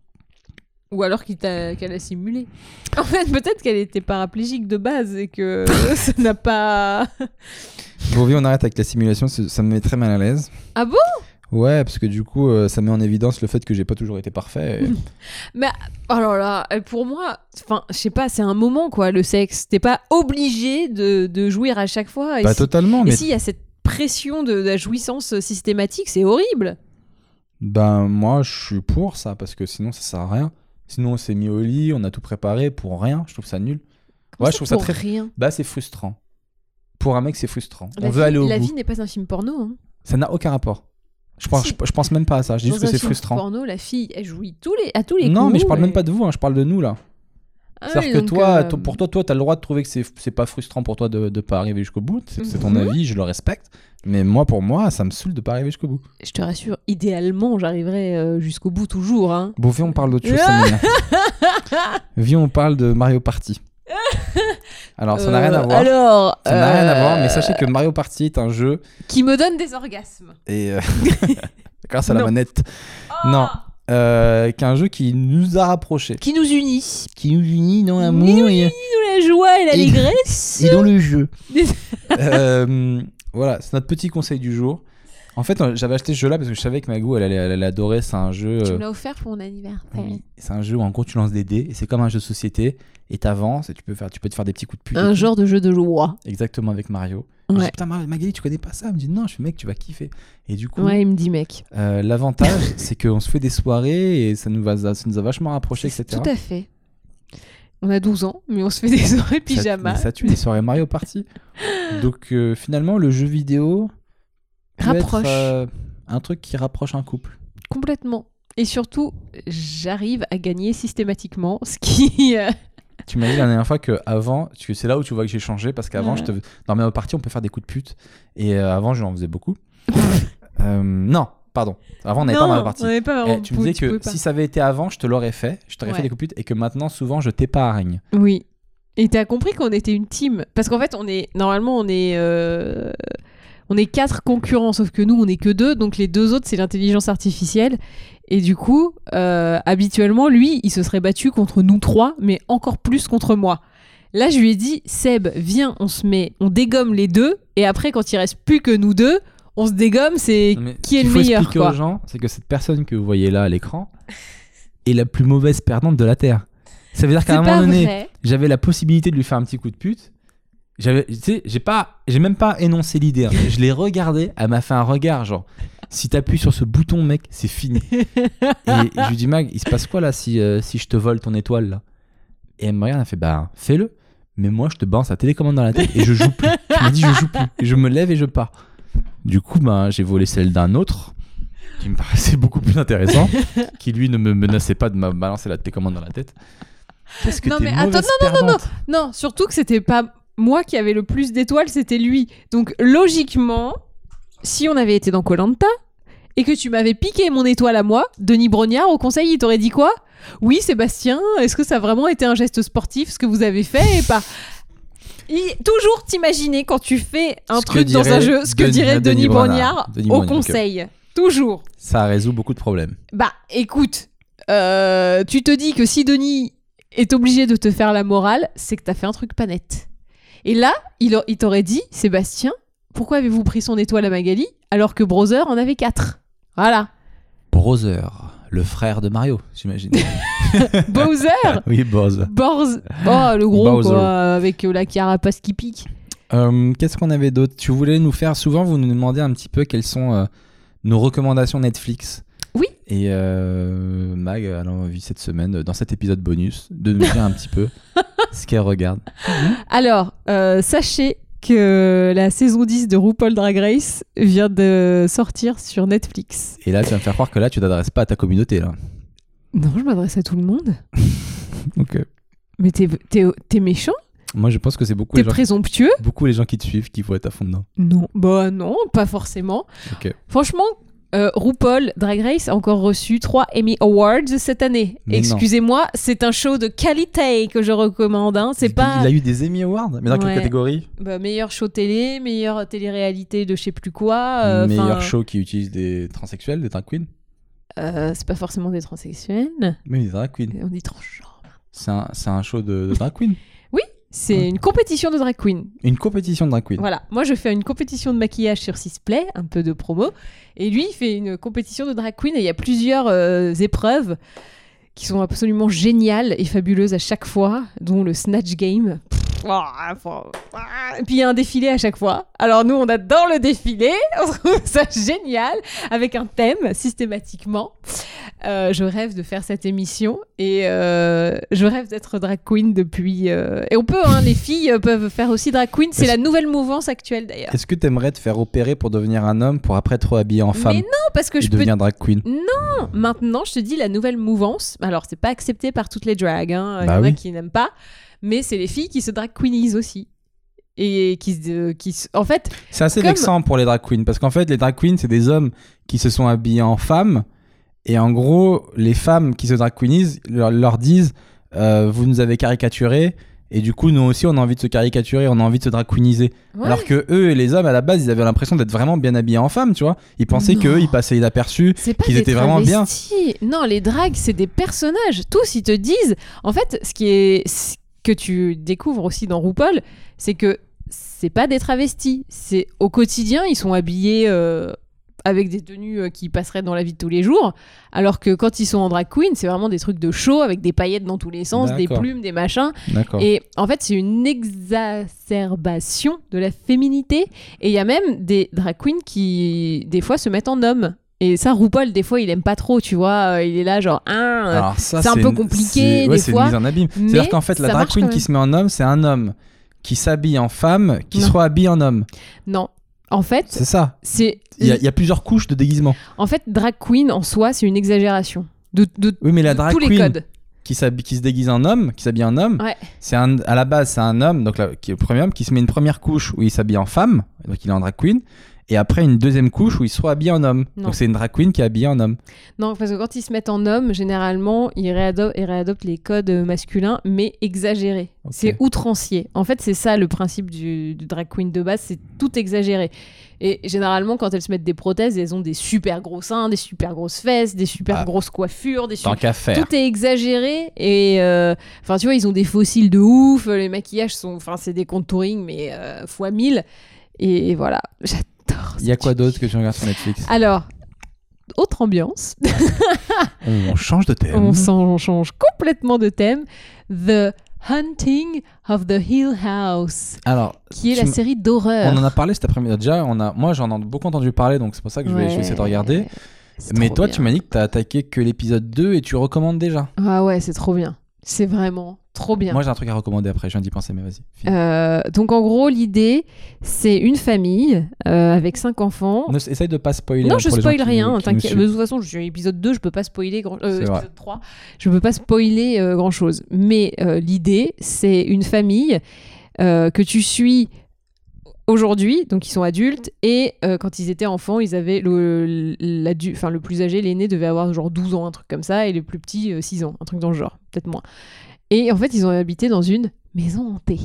Ou alors qu'il t'a- qu'elle a simulé. En fait, peut-être qu'elle était paraplégique de base et que ça n'a pas. Bon, oui, on arrête avec la simulation, c'est- ça me met très mal à l'aise. Ah bon? Ouais, parce que du coup, euh, ça met en évidence le fait que j'ai pas toujours été parfait. et- Mais alors là, pour moi, enfin, je sais pas, c'est un moment quoi, le sexe. T'es pas obligé de, de jouir à chaque fois. Et Pas si- totalement, Et mais s'il y a cette pression de, de la jouissance systématique, c'est horrible. ben moi, je suis pour ça parce que sinon, ça sert à rien. Sinon, on s'est mis au lit, on a tout préparé pour rien. Je trouve ça nul. Comment Ouais, je trouve ça pour très- rien. Bah, c'est frustrant. Pour un mec, c'est frustrant. La on vie, veut aller au la bout. vie n'est pas un film porno. Hein. Ça n'a aucun rapport. Je pense, Si. je, je pense même pas à ça. Je dis Dans juste que un c'est film frustrant. porno, la fille, elle jouit tous les, à tous les Non, coups. mais je parle et- même pas de vous. hein, Je parle de nous là. Ah C'est-à-dire oui, que donc, toi, euh, toi- pour toi, toi, t'as le droit de trouver que c'est c'est pas frustrant pour toi de, de pas arriver jusqu'au bout. C'est c'est ton Mhm. avis, je le respecte. Mais moi, pour moi, ça me saoule de pas arriver jusqu'au bout. Je te rassure, idéalement, j'arriverai euh, jusqu'au bout toujours. Hein. Bon, viens, on parle d'autre chose. ça m'énerve. Viens, on parle de Mario Party. Alors, ça n'a rien à Euh, voir. Alors, Ça n'a rien à euh, voir, mais sachez que Mario Party est un jeu qui me donne des orgasmes. et euh, grâce à la Non. manette. Oh Non, euh, qu'un jeu qui nous a rapprochés. Qui nous unit. Qui nous unit dans Qui l'amour nous et, unit dans la joie et l'allégresse. et dans le jeu. euh, voilà, c'est notre petit conseil du jour. En fait, j'avais acheté ce jeu-là parce que je savais que Magou, elle allait, elle allait adorer. C'est un jeu. Tu euh, me l'as offert pour mon anniversaire. Oui, c'est un jeu où en gros tu lances des dés et c'est comme un jeu de société et t'avances et tu peux faire, tu peux te faire des petits coups de pute. Un genre de jeu de joie. Exactement avec Mario. Ouais. Je dis putain Magali, tu connais pas ça? Elle me dit non, je suis mec, tu vas kiffer. Et du coup, Ouais, il me dit mec. euh, l'avantage c'est qu'on se fait des soirées et ça nous va, ça nous a vachement rapprochés, et cetera. Tout à fait. On a douze ans, mais on se fait des soirées pyjama. Ça, ça tue des soirées Mario Party. Donc euh, finalement, le jeu vidéo peut Rapproche. être, euh, un truc qui rapproche un couple. Complètement. Et surtout, j'arrive à gagner systématiquement, ce qui... euh, Tu m'as dit la dernière fois qu'avant, c'est là où tu vois que j'ai changé, parce qu'avant, Ouais. je te... dans Mario Party, on peut faire des coups de pute. Et euh, avant, j'en faisais beaucoup. euh, non, pardon. Avant, on n'avait pas Mario Party. on n'avait pas Eh, tu me disais tu que pouvais pas. si ça avait été avant, je te l'aurais fait. Je t'aurais Ouais. fait des coups de pute. Et que maintenant, souvent, je t'épargne. Oui. Et t'as compris qu'on était une team. Parce qu'en fait, on est normalement, on est... euh, On est quatre concurrents, sauf que nous, on est que deux. Donc les deux autres, c'est l'intelligence artificielle. Et du coup, euh, habituellement, lui, il se serait battu contre nous trois, mais encore plus contre moi. Là, je lui ai dit, Seb, viens, on se met, on dégomme les deux. Et après, quand il reste plus que nous deux, on se dégomme, c'est Mais qui est ce le qu'il faut meilleur, expliquer quoi. aux gens, c'est que cette personne que vous voyez là à l'écran est la plus mauvaise perdante de la Terre. Ça veut dire C'est qu'à un moment pas donné, vrai. j'avais la possibilité de lui faire un petit coup de pute. J'avais, tu sais, j'ai pas, j'ai même pas énoncé l'idée. hein. Je l'ai regardée, elle m'a fait un regard genre, si t'appuies sur ce bouton, mec, c'est fini. et, et je lui dis, Mag, il se passe quoi là si, euh, si je te vole ton étoile là? Et elle me regarde, elle fait, bah fais-le. Mais moi, je te balance la télécommande dans la tête et je joue plus. Tu m'as dit, je joue plus. Et je me lève et je pars. Du coup, bah, j'ai volé celle d'un autre qui me paraissait beaucoup plus intéressant, qui lui ne me menaçait pas de me balancer la télécommande dans la tête. Qu'est-ce que Non, t'es mais attends, mauvaise non, non, non, perdante. Non, surtout que c'était pas moi qui avais le plus d'étoiles, c'était lui. Donc logiquement, si on avait été dans Koh-Lanta et que tu m'avais piqué mon étoile à moi, Denis Brognard au conseil, il t'aurait dit quoi? Oui, Sébastien, est-ce que ça a vraiment été un geste sportif ce que vous avez fait et pas Il- Toujours t'imaginer quand tu fais un Ce que truc dans un dirait jeu, ce que Denis- dirait Denis, Denis Brognard, Brognard. Denis au Brognard, ok. conseil. Toujours. Ça résout beaucoup de problèmes. Bah, écoute, euh, tu te dis que si Denis est obligé de te faire la morale, c'est que t'as fait un truc pas net. Et là, il, a- il t'aurait dit, Sébastien, pourquoi avez-vous pris son étoile à Magali alors que Brother en avait quatre? Voilà. Browser, le frère de Mario, j'imagine. Bowser oui, Bowser. Borz... Oh, le gros, Bowser. quoi, avec euh, la carapace qui pique. Euh, Qu'est-ce qu'on avait d'autre? Tu voulais nous faire, souvent vous nous demandez un petit peu quelles sont euh, nos recommandations Netflix. Oui. Et euh, Mag elle a envie cette semaine, dans cet épisode bonus, de nous dire un petit peu ce qu'elle regarde. Alors, euh, sachez que la saison dix de RuPaul Drag Race vient de sortir sur Netflix. Et là, tu vas me faire croire que là, tu t'adresses pas à ta communauté. Là. Non, je m'adresse à tout le monde. Donc, euh, Mais t'es, t'es, t'es méchant? moi, je pense que c'est beaucoup, T'es les gens, présomptueux? beaucoup les gens qui te suivent qui vont être à fond dedans. Non. Bah non, pas forcément. Ok. Franchement, euh, RuPaul Drag Race a encore reçu trois Emmy Awards cette année. Mais non. Excusez-moi, c'est un show de qualité que je recommande. Hein. C'est il, pas il a eu des Emmy Awards, mais dans Ouais. quelle catégorie? bah, meilleur show télé, meilleure télé-réalité de je sais plus quoi. euh, Meilleur 'fin, show qui utilise des transsexuels, des drag queens. euh, c'est pas forcément des transsexuels. Mais des drag queens. On dit transgenre. C'est un, c'est un show de, de drag queen. C'est Ouais. une compétition de drag queen. Une compétition de drag queen. Voilà, moi je fais une compétition de maquillage sur Sisplay, un peu de promo, et lui il fait une compétition de drag queen et il y a plusieurs euh, épreuves qui sont absolument géniales et fabuleuses à chaque fois, dont le Snatch Game. Pff, ouah, faut- ouah. Et puis il y a un défilé à chaque fois. Alors nous on adore le défilé, on trouve ça génial, avec un thème systématiquement. Euh, je rêve de faire cette émission et euh, je rêve d'être drag queen depuis... euh, Et on peut, hein, les filles euh, peuvent faire aussi drag queen. C'est Est-ce- la nouvelle mouvance actuelle d'ailleurs. Est-ce que t'aimerais te faire opérer pour devenir un homme pour après te habiller en femme Mais non, parce que et je peux... devenir drag queen? Non, maintenant je te dis la nouvelle mouvance. Alors c'est pas accepté par toutes les drags, hein. Il Bah y en a oui. qui n'aiment pas. Mais c'est les filles qui se drag queenisent aussi. Et qui se... Qui se... En fait, C'est assez Comme- vexant pour les drag queens parce qu'en fait les drag queens c'est des hommes qui se sont habillés en femmes et en gros les femmes qui se drag queenisent leur, leur disent euh, vous nous avez caricaturé Et du coup, nous aussi, on a envie de se caricaturer, on a envie de se drag queeniser. Ouais. Alors que eux et les hommes, à la base, ils avaient l'impression d'être vraiment bien habillés en femmes, tu vois. Ils pensaient Non. qu'eux, ils passaient inaperçus, C'est pas qu'ils des étaient vraiment bien. travestis. Non, les drags, c'est des personnages. Tous, ils te disent. En fait, ce qui est ce que tu découvres aussi dans RuPaul, c'est que c'est pas des travestis. C'est au quotidien, ils sont habillés euh, avec des tenues euh, qui passeraient dans la vie de tous les jours. Alors que quand ils sont en drag queen, c'est vraiment des trucs de show avec des paillettes dans tous les sens, des D'accord. plumes, des machins. D'accord. Et en fait, c'est une exacerbation de la féminité. Et il y a même des drag queens qui, des fois, se mettent en homme. Et ça, RuPaul, des fois, il aime pas trop, tu vois. Il est là, genre, hein, Alors ça, c'est un peu une- compliqué, c'est- ouais, des c'est fois, une mise en abîme. mais C'est-à-dire qu'en fait, la ça drag marche queen quand qui même. se met en homme, c'est un homme qui s'habille en femme, qui Non. se réhabille en homme. non. En fait, C'est ça. c'est. Il y, a, il y a plusieurs couches de déguisement. En fait, drag queen en soi, c'est une exagération de, de, Oui, mais la de drag tous les queen codes. qui, s'habille- qui se déguise en homme, qui s'habille en homme, Ouais. c'est un, à la base, c'est un homme, donc là, qui est le premier homme, qui se met une première couche où il s'habille en femme, donc il est en drag queen, et après une deuxième couche où il soit habillé en homme. Non. Donc c'est une drag queen qui est habillée en homme. Non, parce que quand ils se mettent en homme, généralement, ils réadoptent, ils réadoptent les codes euh, masculins, mais exagérés. Ok. C'est outrancier. En fait, c'est ça le principe du, du drag queen de base, c'est tout exagéré. Et généralement, quand elles se mettent des prothèses, elles ont des super gros seins, des super grosses fesses, des super Ah. grosses coiffures, des Tant super... qu'à faire. Tout est exagéré et euh, enfin tu vois ils ont des fossiles de ouf, les maquillages sont enfin c'est des contouring mais euh, fois mille et, et voilà j'adore. Il y a cette quoi série. d'autre que tu regardes sur Netflix? Alors autre ambiance, On change de thème. on s'en change complètement de thème. The Hunting of the Hill House, Alors, qui est tu la m- série d'horreur. on en a parlé cet après-midi déjà. On a, moi, j'en ai beaucoup entendu parler, donc c'est pour ça que je vais, je vais essayer de regarder. C'est Mais trop toi, bien. tu m'as dit que t'as attaqué que l'épisode deux et tu recommandes déjà. Ah ouais, c'est trop bien. C'est vraiment trop bien. Moi, j'ai un truc à recommander après. Je viens d'y penser, mais vas-y. finis. Euh, donc en gros, l'idée, c'est une famille euh, avec cinq enfants. Ne- essaye de pas spoiler. Non, hein, je pour les gens spoil qui nous- rien, qui nous t'inquiète. suivent. De toute façon, je suis à l'épisode deux, je peux pas spoiler grand... euh, C'est vrai. épisode trois, je peux pas spoiler euh, grand chose. Mais euh, l'idée, c'est une famille euh, que tu suis aujourd'hui, donc ils sont adultes, et euh, quand ils étaient enfants, ils avaient le, l'adu- enfin, le plus âgé, l'aîné, devait avoir genre douze ans, un truc comme ça, et le plus petit, euh, six ans, un truc dans le genre, peut-être moins. Et en fait, ils ont habité dans une maison hantée.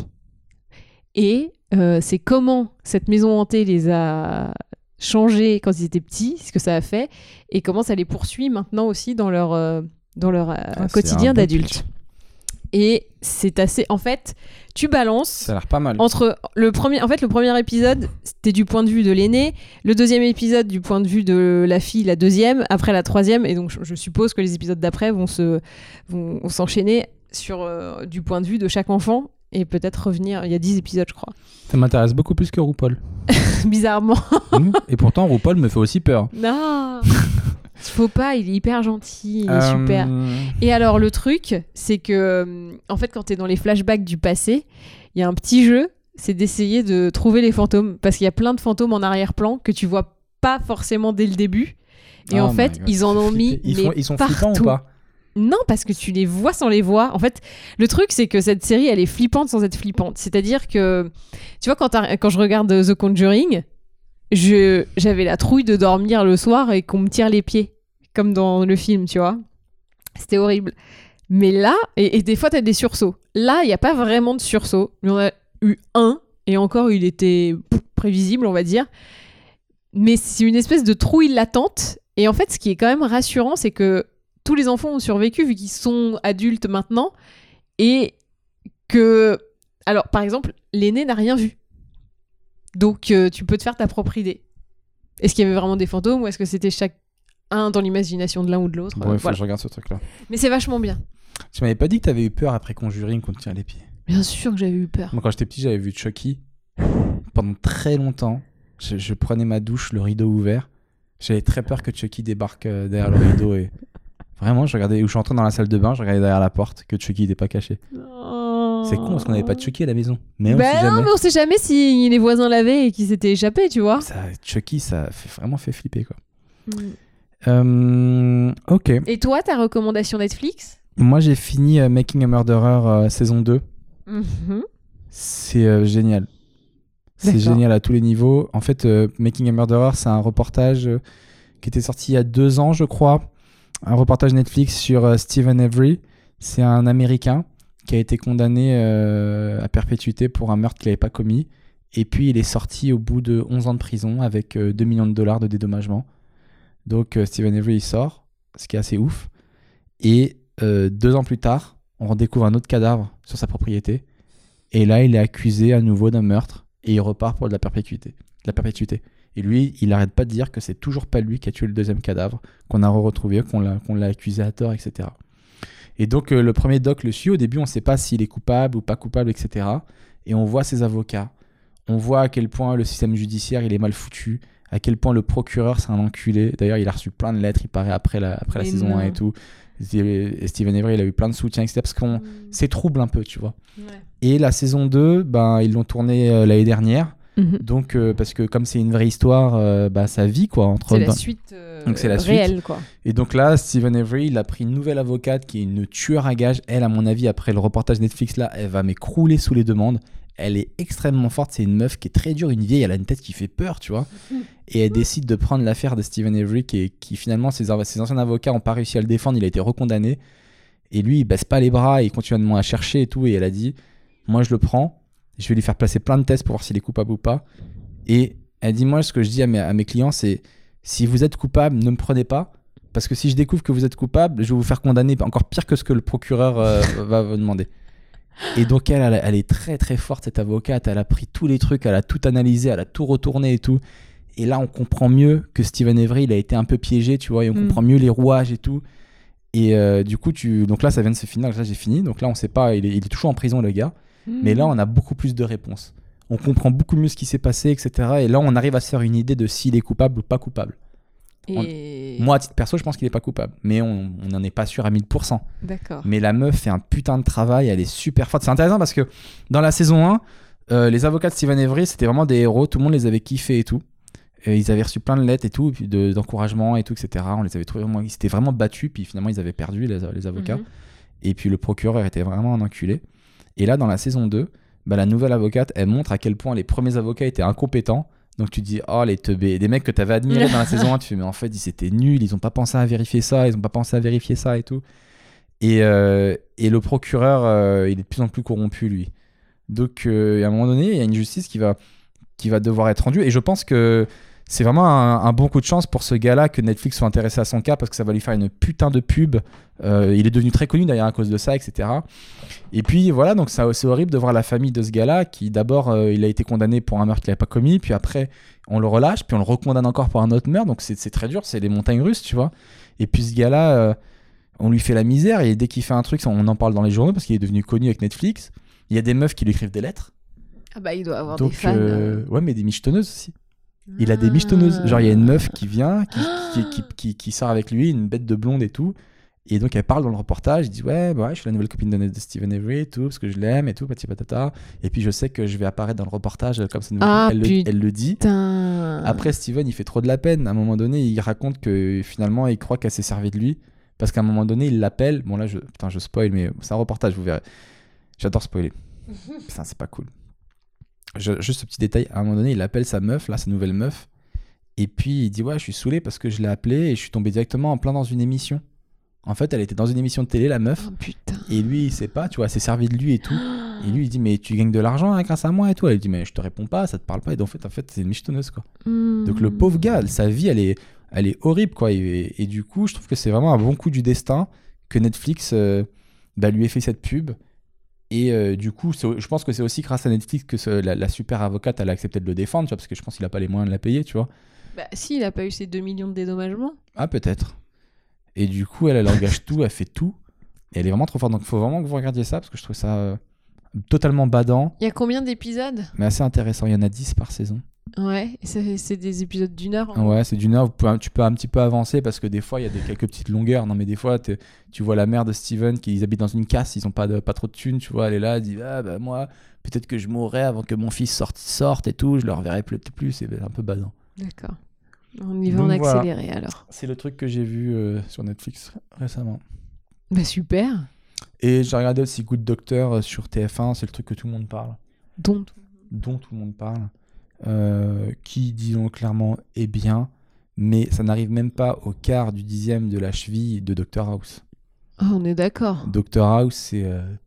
Et euh, c'est comment cette maison hantée les a changés quand ils étaient petits, ce que ça a fait, et comment ça les poursuit maintenant aussi dans leur, euh, dans leur euh, Ah, c'est quotidien un bon d'adulte. pitch. Et c'est assez... En fait, tu balances... Ça a l'air pas mal. Entre le premier, en fait, le premier épisode, c'était du point de vue de l'aîné. Le deuxième épisode, du point de vue de la fille. La deuxième, après la troisième. Et donc, je, je suppose que les épisodes d'après vont se, vont, vont s'enchaîner sur euh, du point de vue de chaque enfant et peut-être revenir. Il y a dix épisodes, je crois. Ça m'intéresse beaucoup plus que RuPaul. Bizarrement. Mmh. Et pourtant, RuPaul me fait aussi peur. Non. Faut pas. Il est hyper gentil. Il est Euh, super. Et alors, le truc, c'est que, euh, en fait, quand t'es dans les flashbacks du passé, il y a un petit jeu, c'est d'essayer de trouver les fantômes. Parce qu'il y a plein de fantômes en arrière-plan que tu vois pas forcément dès le début. Et Oh en my fait, God, ils en ça fait ont mis flipper. Ils, mais font- ils sont flippants partout. ou pas? Non, parce que tu les vois sans les voir. En fait, le truc, c'est que cette série, elle est flippante sans être flippante. C'est-à-dire que, tu vois, quand, t'as- quand je regarde The Conjuring, je, j'avais la trouille de dormir le soir et qu'on me tire les pieds, comme dans le film, tu vois. C'était horrible. Mais là, et, et des fois, t'as des sursauts. Là, il n'y a pas vraiment de sursaut. Il y en a eu un, et encore, il était pff, prévisible, on va dire. Mais c'est une espèce de trouille latente. Et en fait, ce qui est quand même rassurant, c'est que tous les enfants ont survécu vu qu'ils sont adultes maintenant. Et que... Alors, par exemple, l'aîné n'a rien vu. Donc, euh, tu peux te faire ta propre idée. Est-ce qu'il y avait vraiment des fantômes ou est-ce que c'était chacun dans l'imagination de l'un ou de l'autre? Bon, Euh, il faut voilà. que je regarde ce truc-là. Mais c'est vachement bien. Tu m'avais pas dit que t'avais eu peur après Conjuring qu'on te tire les pieds? Bien sûr que j'avais eu peur. Moi, quand j'étais petit, j'avais vu Chucky. Pendant très longtemps, je, je prenais ma douche, le rideau ouvert. J'avais très peur que Chucky débarque euh, derrière le rideau. Et vraiment, je regardais où je suis entré dans la salle de bain, je regardais derrière la porte que Chucky n'était pas caché. C'est con parce qu'on n'avait pas de Chucky à la maison. Mais on Ben sait non, jamais. mais on sait jamais si les voisins l'avaient et qu'ils s'étaient échappés, tu vois. Ça, Chucky, ça fait vraiment fait flipper quoi. Mm. Euh, ok. Et toi, ta recommandation Netflix? Moi, j'ai fini euh, Making a Murderer euh, saison deux. Mhm. C'est euh, génial. C'est D'accord. génial à tous les niveaux. En fait, euh, Making a Murderer, c'est un reportage euh, qui était sorti il y a deux ans, je crois. Un reportage Netflix sur euh, Stephen Avery. C'est un Américain qui a été condamné euh, à perpétuité pour un meurtre qu'il n'avait pas commis. Et puis, il est sorti au bout de onze ans de prison avec euh, deux millions de dollars de dédommagement. Donc, euh, Stephen Avery, il sort, ce qui est assez ouf. Et euh, deux ans plus tard, on redécouvre un autre cadavre sur sa propriété. Et là, il est accusé à nouveau d'un meurtre. Et il repart pour de la perpétuité. De la perpétuité. Et lui, il n'arrête pas de dire que c'est toujours pas lui qui a tué le deuxième cadavre, qu'on a retrouvé, qu'on l'a, qu'on l'a accusé à tort, et cetera. Et donc, euh, le premier doc le suit. Au début, on ne sait pas s'il est coupable ou pas coupable, et cetera. Et on voit ses avocats. On voit à quel point le système judiciaire, il est mal foutu. À quel point le procureur, c'est un enculé. D'ailleurs, il a reçu plein de lettres, il paraît, après la, après la saison un et tout. Et Stephen Avery, il a eu plein de soutien, et cetera. Parce que mm. c'est trouble un peu, tu vois. Ouais. Et la saison deux, ben, ils l'ont tournée euh, l'année dernière. Mm-hmm. Donc, euh, parce que comme c'est une vraie histoire, euh, bah, ça vit, quoi. Entre c'est dans... la suite euh, donc, c'est la réelle, suite. Quoi. Et donc là, Stephen Avery, il a pris une nouvelle avocate qui est une tueur à gages. Elle, à mon avis, après le reportage Netflix, là, elle va m'écrouler sous les demandes. Elle est extrêmement forte, c'est une meuf qui est très dure, une vieille, elle a une tête qui fait peur, tu vois. Et elle décide de prendre l'affaire de Stephen Avery, qui, est, qui finalement, ses, ses anciens avocats n'ont pas réussi à le défendre, il a été recondamné. Et lui, il baisse pas les bras, il continue à chercher et tout. Et elle a dit, moi, je le prends, je vais lui faire passer plein de tests pour voir s'il est coupable ou pas. Et elle dit, moi, ce que je dis à mes, à mes clients, c'est, si vous êtes coupable, ne me prenez pas. Parce que si je découvre que vous êtes coupable, je vais vous faire condamner encore pire que ce que le procureur euh, va vous demander. Et donc elle, elle, elle est très très forte, cette avocate, elle a pris tous les trucs, elle a tout analysé, elle a tout retourné et tout. Et là on comprend mieux que Stephen Avery, il a été un peu piégé, tu vois, et on mm. comprend mieux les rouages et tout. Et euh, du coup, tu... donc là ça vient de se finir, là j'ai fini, donc là on sait pas, il est, il est toujours en prison le gars, mm. mais là on a beaucoup plus de réponses. On comprend beaucoup mieux ce qui s'est passé, et cetera. Et là on arrive à se faire une idée de s'il est coupable ou pas coupable. Et... On... Moi, à titre perso, je pense qu'il est pas coupable, mais on n'en est pas sûr à mille pour cent. D'accord. Mais la meuf fait un putain de travail, elle est super forte. C'est intéressant parce que dans la saison un, euh, les avocats de Stephen Avery, c'était vraiment des héros, tout le monde les avait kiffés et tout. Et ils avaient reçu plein de lettres et tout, et puis de, d'encouragement et tout, et cetera. On les avait trouvés vraiment, ils s'étaient vraiment battus, puis finalement ils avaient perdu, les, les avocats. Mm-hmm. Et puis le procureur était vraiment un enculé. Et là, dans la saison deux, bah, la nouvelle avocate, elle montre à quel point les premiers avocats étaient incompétents. Donc tu te dis, oh les teubés, des mecs que tu avais admirés dans la saison un, tu fais, mais en fait, ils étaient nuls, ils ont pas pensé à vérifier ça, ils ont pas pensé à vérifier ça et tout. Et, euh, et le procureur, euh, il est de plus en plus corrompu, lui. Donc euh, à un moment donné, il y a une justice qui va, qui va devoir être rendue. Et je pense que c'est vraiment un, un bon coup de chance pour ce gars-là que Netflix soit intéressé à son cas, parce que ça va lui faire une putain de pub. Euh, il est devenu très connu d'ailleurs à cause de ça, et cetera. Et puis voilà, donc ça, c'est horrible de voir la famille de ce gars-là qui d'abord euh, il a été condamné pour un meurtre qu'il n'avait pas commis, puis après on le relâche, puis on le recondamne encore pour un autre meurtre. Donc c'est, c'est très dur, c'est les montagnes russes, tu vois. Et puis ce gars-là, euh, on lui fait la misère, et dès qu'il fait un truc, on en parle dans les journaux parce qu'il est devenu connu avec Netflix. Il y a des meufs qui lui écrivent des lettres. Ah bah il doit avoir donc, des fans. Euh, ouais, mais des michetonneuses aussi. Il a des michetonneuses. Genre, il y a une meuf qui vient, qui, qui, qui, qui, qui sort avec lui, une bête de blonde et tout. Et donc, elle parle dans le reportage. Elle dit, ouais, bah ouais, je suis la nouvelle copine de, de Stephen Avery et tout, parce que je l'aime et tout, pati patata. Et puis, je sais que je vais apparaître dans le reportage comme ça. Ah, elle, le, elle le dit. Putain. Après, Stephen, il fait trop de la peine. À un moment donné, il raconte que finalement, il croit qu'elle s'est servie de lui. Parce qu'à un moment donné, il l'appelle. Bon, là, je, putain, je spoil, mais c'est un reportage, vous verrez. J'adore spoiler. Putain, c'est pas cool. Je, juste ce petit détail. À un moment donné, il appelle sa meuf, là, sa nouvelle meuf. Et puis il dit, ouais, je suis saoulé parce que je l'ai appelée et je suis tombé directement en plein dans une émission. En fait, elle était dans une émission de télé, la meuf. Oh, putain. Et lui, il sait pas, tu vois, elle s'est servi de lui et tout. Et lui, il dit, mais tu gagnes de l'argent hein, grâce à moi et tout. Elle dit, mais je te réponds pas, ça te parle pas. Et donc, en fait, en fait c'est une michetonneuse, quoi. Mm. Donc le pauvre gars, sa vie, elle est, elle est horrible, quoi. Et, et du coup, je trouve que c'est vraiment un bon coup du destin que Netflix euh, bah, lui ait fait cette pub. Et euh, du coup, je pense que c'est aussi grâce à Netflix que ce, la, la super avocate, elle a accepté de le défendre, tu vois, parce que je pense qu'il a pas les moyens de la payer, tu vois. Bah si, il a pas eu ses deux millions de dédommagement. Ah, peut-être. Et du coup, elle, elle engage tout, elle fait tout. Et elle est vraiment trop forte. Donc, il faut vraiment que vous regardiez ça, parce que je trouve ça euh, totalement badant. Il y a combien d'épisodes ? Mais assez intéressant. Il y en a dix par saison. Ouais, et ça, c'est des épisodes d'une heure. Hein. Ouais, c'est d'une heure. Vous pouvez, tu peux un petit peu avancer, parce que des fois, il y a des, quelques petites longueurs. Non, mais des fois, tu vois la mère de Steven, qui ils habitent dans une casse, ils ont pas, de, pas trop de thunes, tu vois. Elle est là, elle dit, ah bah moi, peut-être que je mourrai avant que mon fils sorte, sorte et tout. Je le reverrai peut-être plus. C'est un peu badant. D'accord. On y va en accéléré, voilà. Alors. C'est le truc que j'ai vu euh, sur Netflix récemment. Bah super. Et j'ai regardé aussi Good Doctor sur T F un, c'est le truc que tout le monde parle. Dont Dont tout le monde parle. Euh, qui, disons clairement, est bien, mais ça n'arrive même pas au quart du dixième de la cheville de Doctor House. Ah, oh, on est d'accord. Doctor House, c'est... Euh,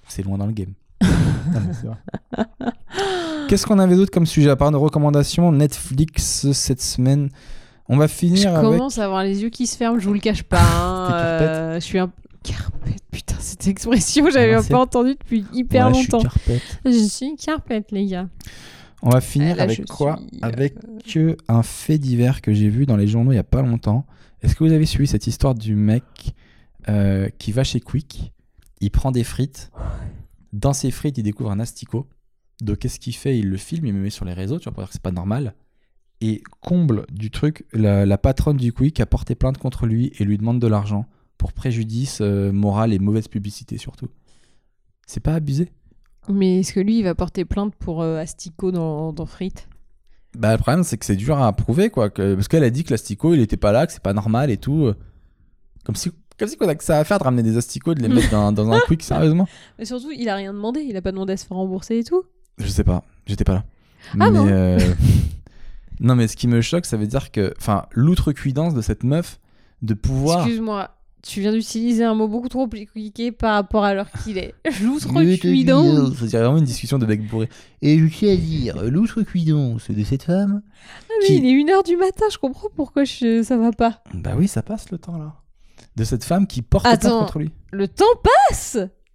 c'est loin dans le game. Non, mais c'est vrai. Qu'est-ce qu'on avait d'autre comme sujet à part nos recommandations Netflix cette semaine? On va finir Je avec... commence à avoir les yeux qui se ferment, je vous le cache pas. Hein. euh, je suis un carpette, putain, cette expression, j'avais Ah, pas entendu depuis hyper ouais, longtemps. Je suis carpette. Je suis carpette, les gars. On va finir Là, avec je quoi suis, Avec euh... un fait divers que j'ai vu dans les journaux il y a pas longtemps. Est-ce que vous avez suivi cette histoire du mec euh, qui va chez Quick, il prend des frites, dans ses frites il découvre un asticot, donc qu'est-ce qu'il fait? Il le filme, il me met sur les réseaux, tu vas pas dire que c'est pas normal, et comble du truc, la, la patronne du Quick a porté plainte contre lui et lui demande de l'argent pour préjudice euh, moral et mauvaise publicité surtout. C'est pas abusé? Mais est-ce que lui, il va porter plainte pour euh, asticot dans, dans frites? Bah, le problème, c'est que c'est dur à prouver, quoi. Que, parce qu'elle a dit que l'asticot, il était pas là, que c'est pas normal et tout. Comme si, comme si on a que ça à faire de ramener des asticots, de les mettre dans, dans un Quick, sérieusement. Mais surtout, il a rien demandé. Il a pas demandé à se faire rembourser et tout. Je sais pas, j'étais pas là. Ah mais, bon euh... non, mais ce qui me choque, ça veut dire que, enfin, l'outrecuidance de cette meuf de pouvoir. Excuse-moi. Tu viens d'utiliser un mot beaucoup trop compliqué par rapport à l'heure qu'il est. L'outrecuidance. C'est vraiment une discussion de mec bourré. Et je tiens à dire, l'outrecuidance de cette femme. Ah mais qui... il est une heure du matin, je comprends pourquoi je... ça va pas. Bah oui, ça passe le temps là. De cette femme qui porte plainte contre lui. Le temps passe.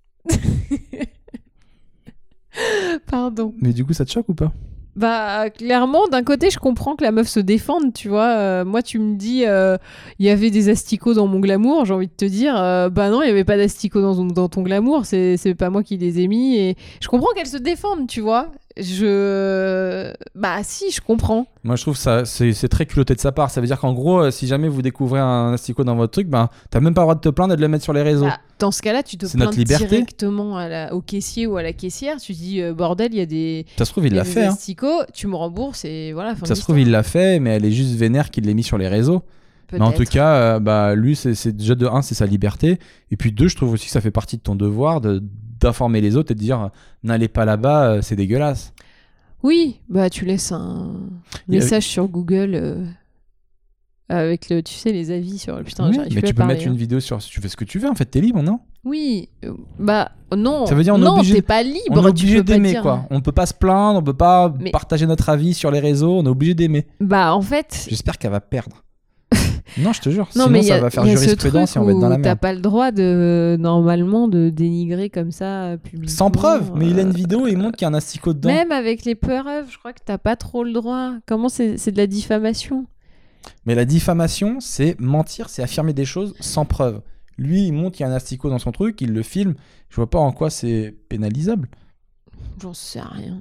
Pardon. Mais du coup, ça te choque ou pas? Bah clairement, d'un côté, je comprends que la meuf se défende, tu vois. Euh, moi, tu me dis, il euh, y avait des asticots dans mon glamour, j'ai envie de te dire, euh, bah non, il y avait pas d'asticots dans, dans ton glamour, c'est, c'est pas moi qui les ai mis. Et je comprends qu'elle se défende, tu vois. Je... Bah si, je comprends. Moi, je trouve ça c'est, c'est très culotté de sa part. Ça veut dire qu'en gros, euh, si jamais vous découvrez un asticot dans votre truc, ben, t'as même pas le droit de te plaindre et de le mettre sur les réseaux. Bah, dans ce cas-là, tu te c'est plains directement à la, au caissier ou à la caissière. Tu dis, euh, bordel, il y a des, ça se trouve, il y a l'a des fait, asticots, hein. Tu me rembourses et voilà. Ça se trouve, il l'a fait, mais elle est juste vénère qu'il l'ait mis sur les réseaux. Peut-être. Mais en tout cas, euh, bah, lui, c'est, c'est déjà de un, c'est sa liberté. Et puis deux, je trouve aussi que ça fait partie de ton devoir de, d'informer les autres et de dire, n'allez pas là-bas, euh, c'est dégueulasse. Oui, bah tu laisses un message a... sur Google euh, avec le, tu sais, les avis sur. Putain, oui, j'arrive mais plus tu à peux parler, mettre hein. une vidéo sur. Tu fais ce que tu veux, en fait, t'es libre, non? Oui, euh, bah non. Ça veut dire on non, est obligé. T'es pas libre. On est obligé tu peux d'aimer, pas dire... quoi. On peut pas se plaindre, on peut pas mais... partager notre avis sur les réseaux. On est obligé d'aimer. Bah en fait. J'espère qu'elle va perdre. Non, je te jure. Non, sinon, mais ça a, va faire jurisprudence et on va être dans la merde. T'as pas le droit de normalement de dénigrer comme ça publiquement. Sans preuve. Mais euh... il a une vidéo et il montre qu'il y a un asticot dedans. Même avec les preuves, je crois que t'as pas trop le droit. Comment c'est, c'est de la diffamation? Mais la diffamation, c'est mentir, c'est affirmer des choses sans preuve. Lui, il montre qu'il y a un asticot dans son truc, il le filme. Je vois pas en quoi c'est pénalisable. J'en sais rien.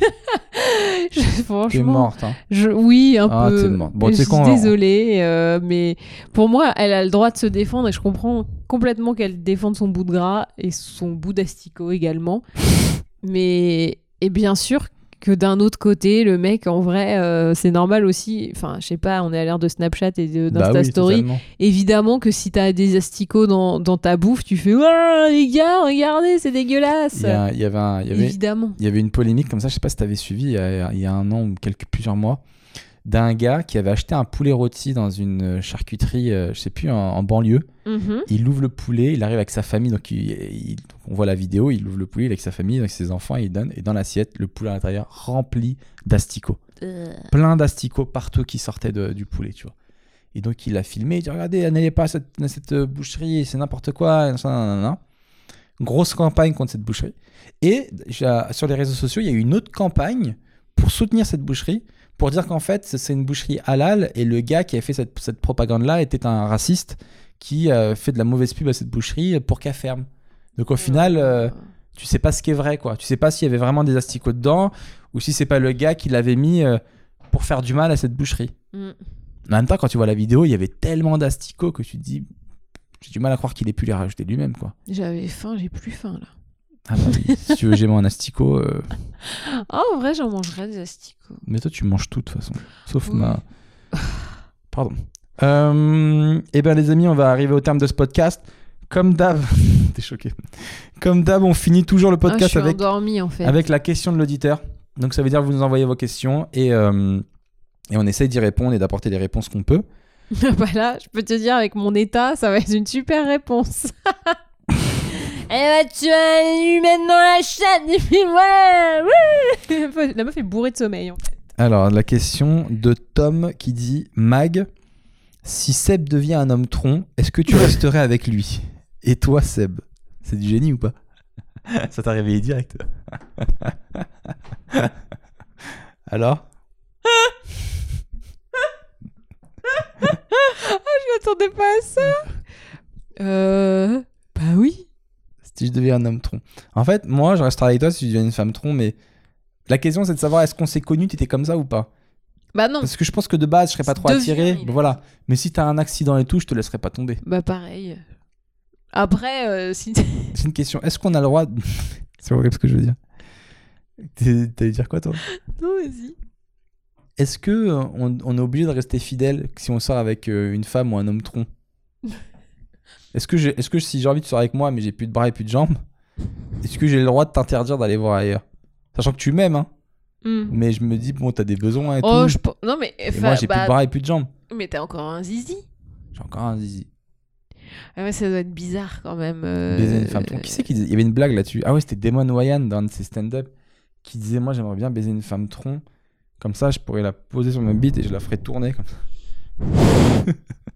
je, franchement, t'es morte, hein. Je, oui, un ah, peu. T'es morte. Bon, je suis quand, désolée, euh, mais pour moi, elle a le droit de se défendre et je comprends complètement qu'elle défende son bout de gras et son bout d'asticot également. mais et bien sûr que d'un autre côté, le mec, en vrai, euh, c'est normal aussi. Enfin, je sais pas, on est à l'ère de Snapchat et de, d'Insta bah oui, Story. Totalement. Évidemment que si t'as des asticots dans, dans ta bouffe, tu fais oh, les gars, regardez, c'est dégueulasse. Il y, a, il y avait, un, il y avait, évidemment. Il y avait une polémique comme ça, je sais pas si t'avais suivi il y a, il y a un an ou quelques plusieurs mois, d'un gars qui avait acheté un poulet rôti dans une charcuterie, euh, je sais plus, en, en banlieue. Mm-hmm. Il ouvre le poulet, il arrive avec sa famille, donc il, il, on voit la vidéo, il ouvre le poulet avec sa famille, avec ses enfants, il donne, et dans l'assiette, le poulet à l'intérieur rempli d'asticots. Euh. Plein d'asticots partout qui sortaient de, du poulet, tu vois. Et donc il l'a filmé, il dit regardez, n'allez pas à cette, à cette boucherie, c'est n'importe quoi, nan, nan, nan. Grosse campagne contre cette boucherie. Et sur les réseaux sociaux, il y a eu une autre campagne pour soutenir cette boucherie, pour dire qu'en fait, c'est une boucherie halal et le gars qui a fait cette, cette propagande-là était un raciste qui euh, fait de la mauvaise pub à cette boucherie pour qu'elle ferme. Donc au final, euh, tu sais pas ce qui est vrai, quoi. Tu sais pas s'il y avait vraiment des asticots dedans ou si c'est pas le gars qui l'avait mis euh, pour faire du mal à cette boucherie. Mm. En même temps, quand tu vois la vidéo, il y avait tellement d'asticots que tu te dis, j'ai du mal à croire qu'il ait pu les rajouter lui-même, quoi. J'avais faim, j'ai plus faim là. Ah bah oui, si tu veux gémer un asticot... Euh... Ah, en vrai, j'en mangerais des asticots. Mais toi, tu manges tout, de toute façon. Sauf oui. ma... Pardon. Euh... Eh bien, les amis, on va arriver au terme de ce podcast. Comme d'hab... T'es choqué. Comme d'hab, on finit toujours le podcast ah, je suis avec... endormie, en fait. avec la question de l'auditeur. Donc, ça veut dire que vous nous envoyez vos questions et, euh... et on essaye d'y répondre et d'apporter les réponses qu'on peut. Bah là, je peux te dire, avec mon état, ça va être une super réponse. Eh bah, tu vas lui mettre dans la chatte, et puis voilà. Wouh. La meuf est bourrée de sommeil, en fait. Alors, la question de Tom qui dit Mag, si Seb devient un homme tronc, est-ce que tu resterais avec lui? Et toi, Seb, c'est du génie ou pas? Ça t'a réveillé direct. Alors? Je m'attendais pas à ça. Euh... Bah oui. Si je deviens un homme tronc. En fait, moi, je resterai avec toi si je deviens une femme tronc, mais la question, c'est de savoir est-ce qu'on s'est connus, t'étais comme ça ou pas? Bah non. Parce que je pense que de base, je serais pas trop Deviens, attiré. il a Voilà. Mais si t'as un accident et tout, je te laisserai pas tomber. Bah pareil. Après, euh, si... C'est une question. Est-ce qu'on a le droit de... C'est horrible ce que je veux dire. T'es- T'allais dire quoi, toi? Non, vas-y. Est-ce que euh, on, on est obligé de rester fidèle si on sort avec euh, une femme ou un homme tronc? Est-ce que, j'ai- est-ce que si j'ai envie de sortir avec moi, mais j'ai plus de bras et plus de jambes, est-ce que j'ai le droit de t'interdire d'aller voir ailleurs? Sachant que tu m'aimes, hein. Mm. Mais je me dis, bon, t'as des besoins et Oh, tout. je... pe- Non, mais... Et moi, j'ai bah... plus de bras et plus de jambes. Mais t'as encore un zizi. J'ai encore un zizi. Ah ouais, ça doit être bizarre quand même. euh, Baiser une femme tronc. Qui c'est qui disait... Il y avait une blague là-dessus. Ah ouais, c'était Damon Wayans dans un de ses stand-up qui disait, moi, j'aimerais bien baiser une femme tronc. Comme ça, je pourrais la poser sur ma bite et je la ferais tourner comme ça.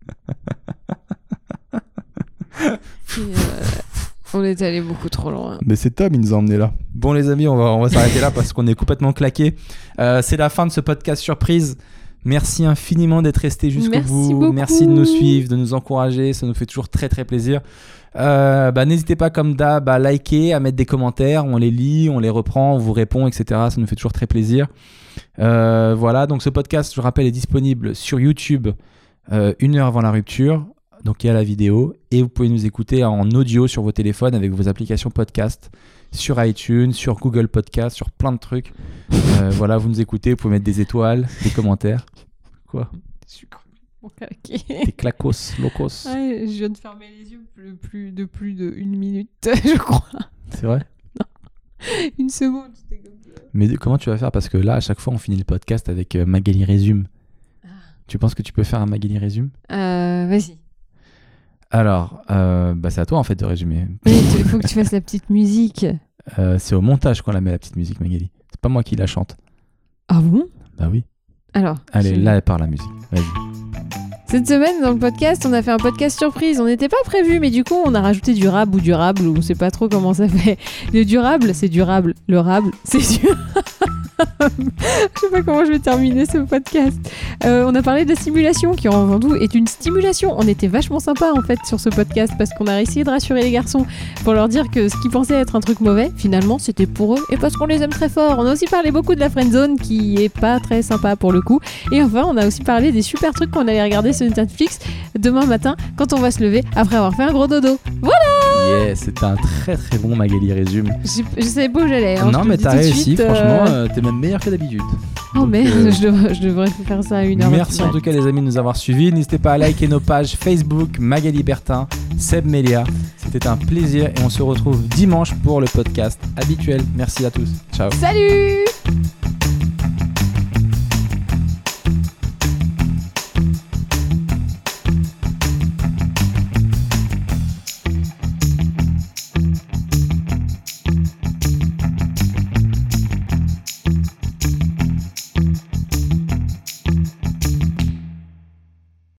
Et, euh, On est allé beaucoup trop loin. Mais c'est Tom, il nous a emmenés là. Bon les amis, on va, on va s'arrêter là parce qu'on est complètement claqués. Euh, c'est la fin de ce podcast surprise. Merci infiniment d'être resté jusqu'au Merci bout. beaucoup. Merci de nous suivre, de nous encourager. Ça nous fait toujours très très plaisir. Euh, bah, n'hésitez pas comme d'hab à liker, à mettre des commentaires. On les lit, on les reprend, on vous répond, et cetera. Ça nous fait toujours très plaisir. Euh, voilà, donc ce podcast, je rappelle, est disponible sur YouTube euh, une heure avant la rupture. Donc il y a la vidéo et vous pouvez nous écouter en audio sur vos téléphones avec vos applications podcast sur iTunes, sur Google Podcast, sur plein de trucs. Euh, voilà, vous nous écoutez, vous pouvez mettre des étoiles, des commentaires. Quoi? Je suis complètement claquée. Des clacos, locos. Ouais, je viens de fermer les yeux plus, plus de plus d'une minute, je crois. C'est vrai? Une seconde, c'était comme ça. Mais comment tu vas faire? Parce que là, à chaque fois, on finit le podcast avec euh, Magali résume. Ah. Tu penses que tu peux faire un Magali résume? Euh, vas-y. Alors, euh, bah, c'est à toi en fait de résumer. Il faut que tu fasses la petite musique. Euh, c'est au montage qu'on la met la petite musique, Magali. C'est pas moi qui la chante. Ah bon? Bah oui. Alors. Allez, je- là, elle part la musique. Vas-y. Cette semaine, dans le podcast, on a fait un podcast surprise. On n'était pas prévu, mais du coup, on a rajouté du rab ou durable, ou on sait pas trop comment ça fait. Le durable, c'est durable. Le rable, c'est durable. Je sais pas comment je vais terminer ce podcast. Euh, on a parlé de la stimulation, qui en tout est une stimulation. On était vachement sympa en fait sur ce podcast parce qu'on a essayé de rassurer les garçons pour leur dire que ce qu'ils pensaient être un truc mauvais, finalement, c'était pour eux et parce qu'on les aime très fort. On a aussi parlé beaucoup de la friendzone, qui est pas très sympa pour le coup. Et enfin, on a aussi parlé des super trucs qu'on allait regarder sur Netflix demain matin quand on va se lever après avoir fait un gros dodo. Voilà. Yeah, c'était un très très bon Magali résume. Je, je savais pas où j'allais. hein, je non, te mais le dis t'as tout de réussi, suite, euh, franchement, euh, t'es même meilleur que d'habitude. Oh Donc, merde, euh, je, devrais, je devrais faire ça à une heure. Merci en tout cas les amis de nous avoir suivis. N'hésitez pas à liker nos pages Facebook, Magali Bertin, Seb Melia. C'était un plaisir et on se retrouve dimanche pour le podcast habituel. Merci à tous. Ciao. Salut.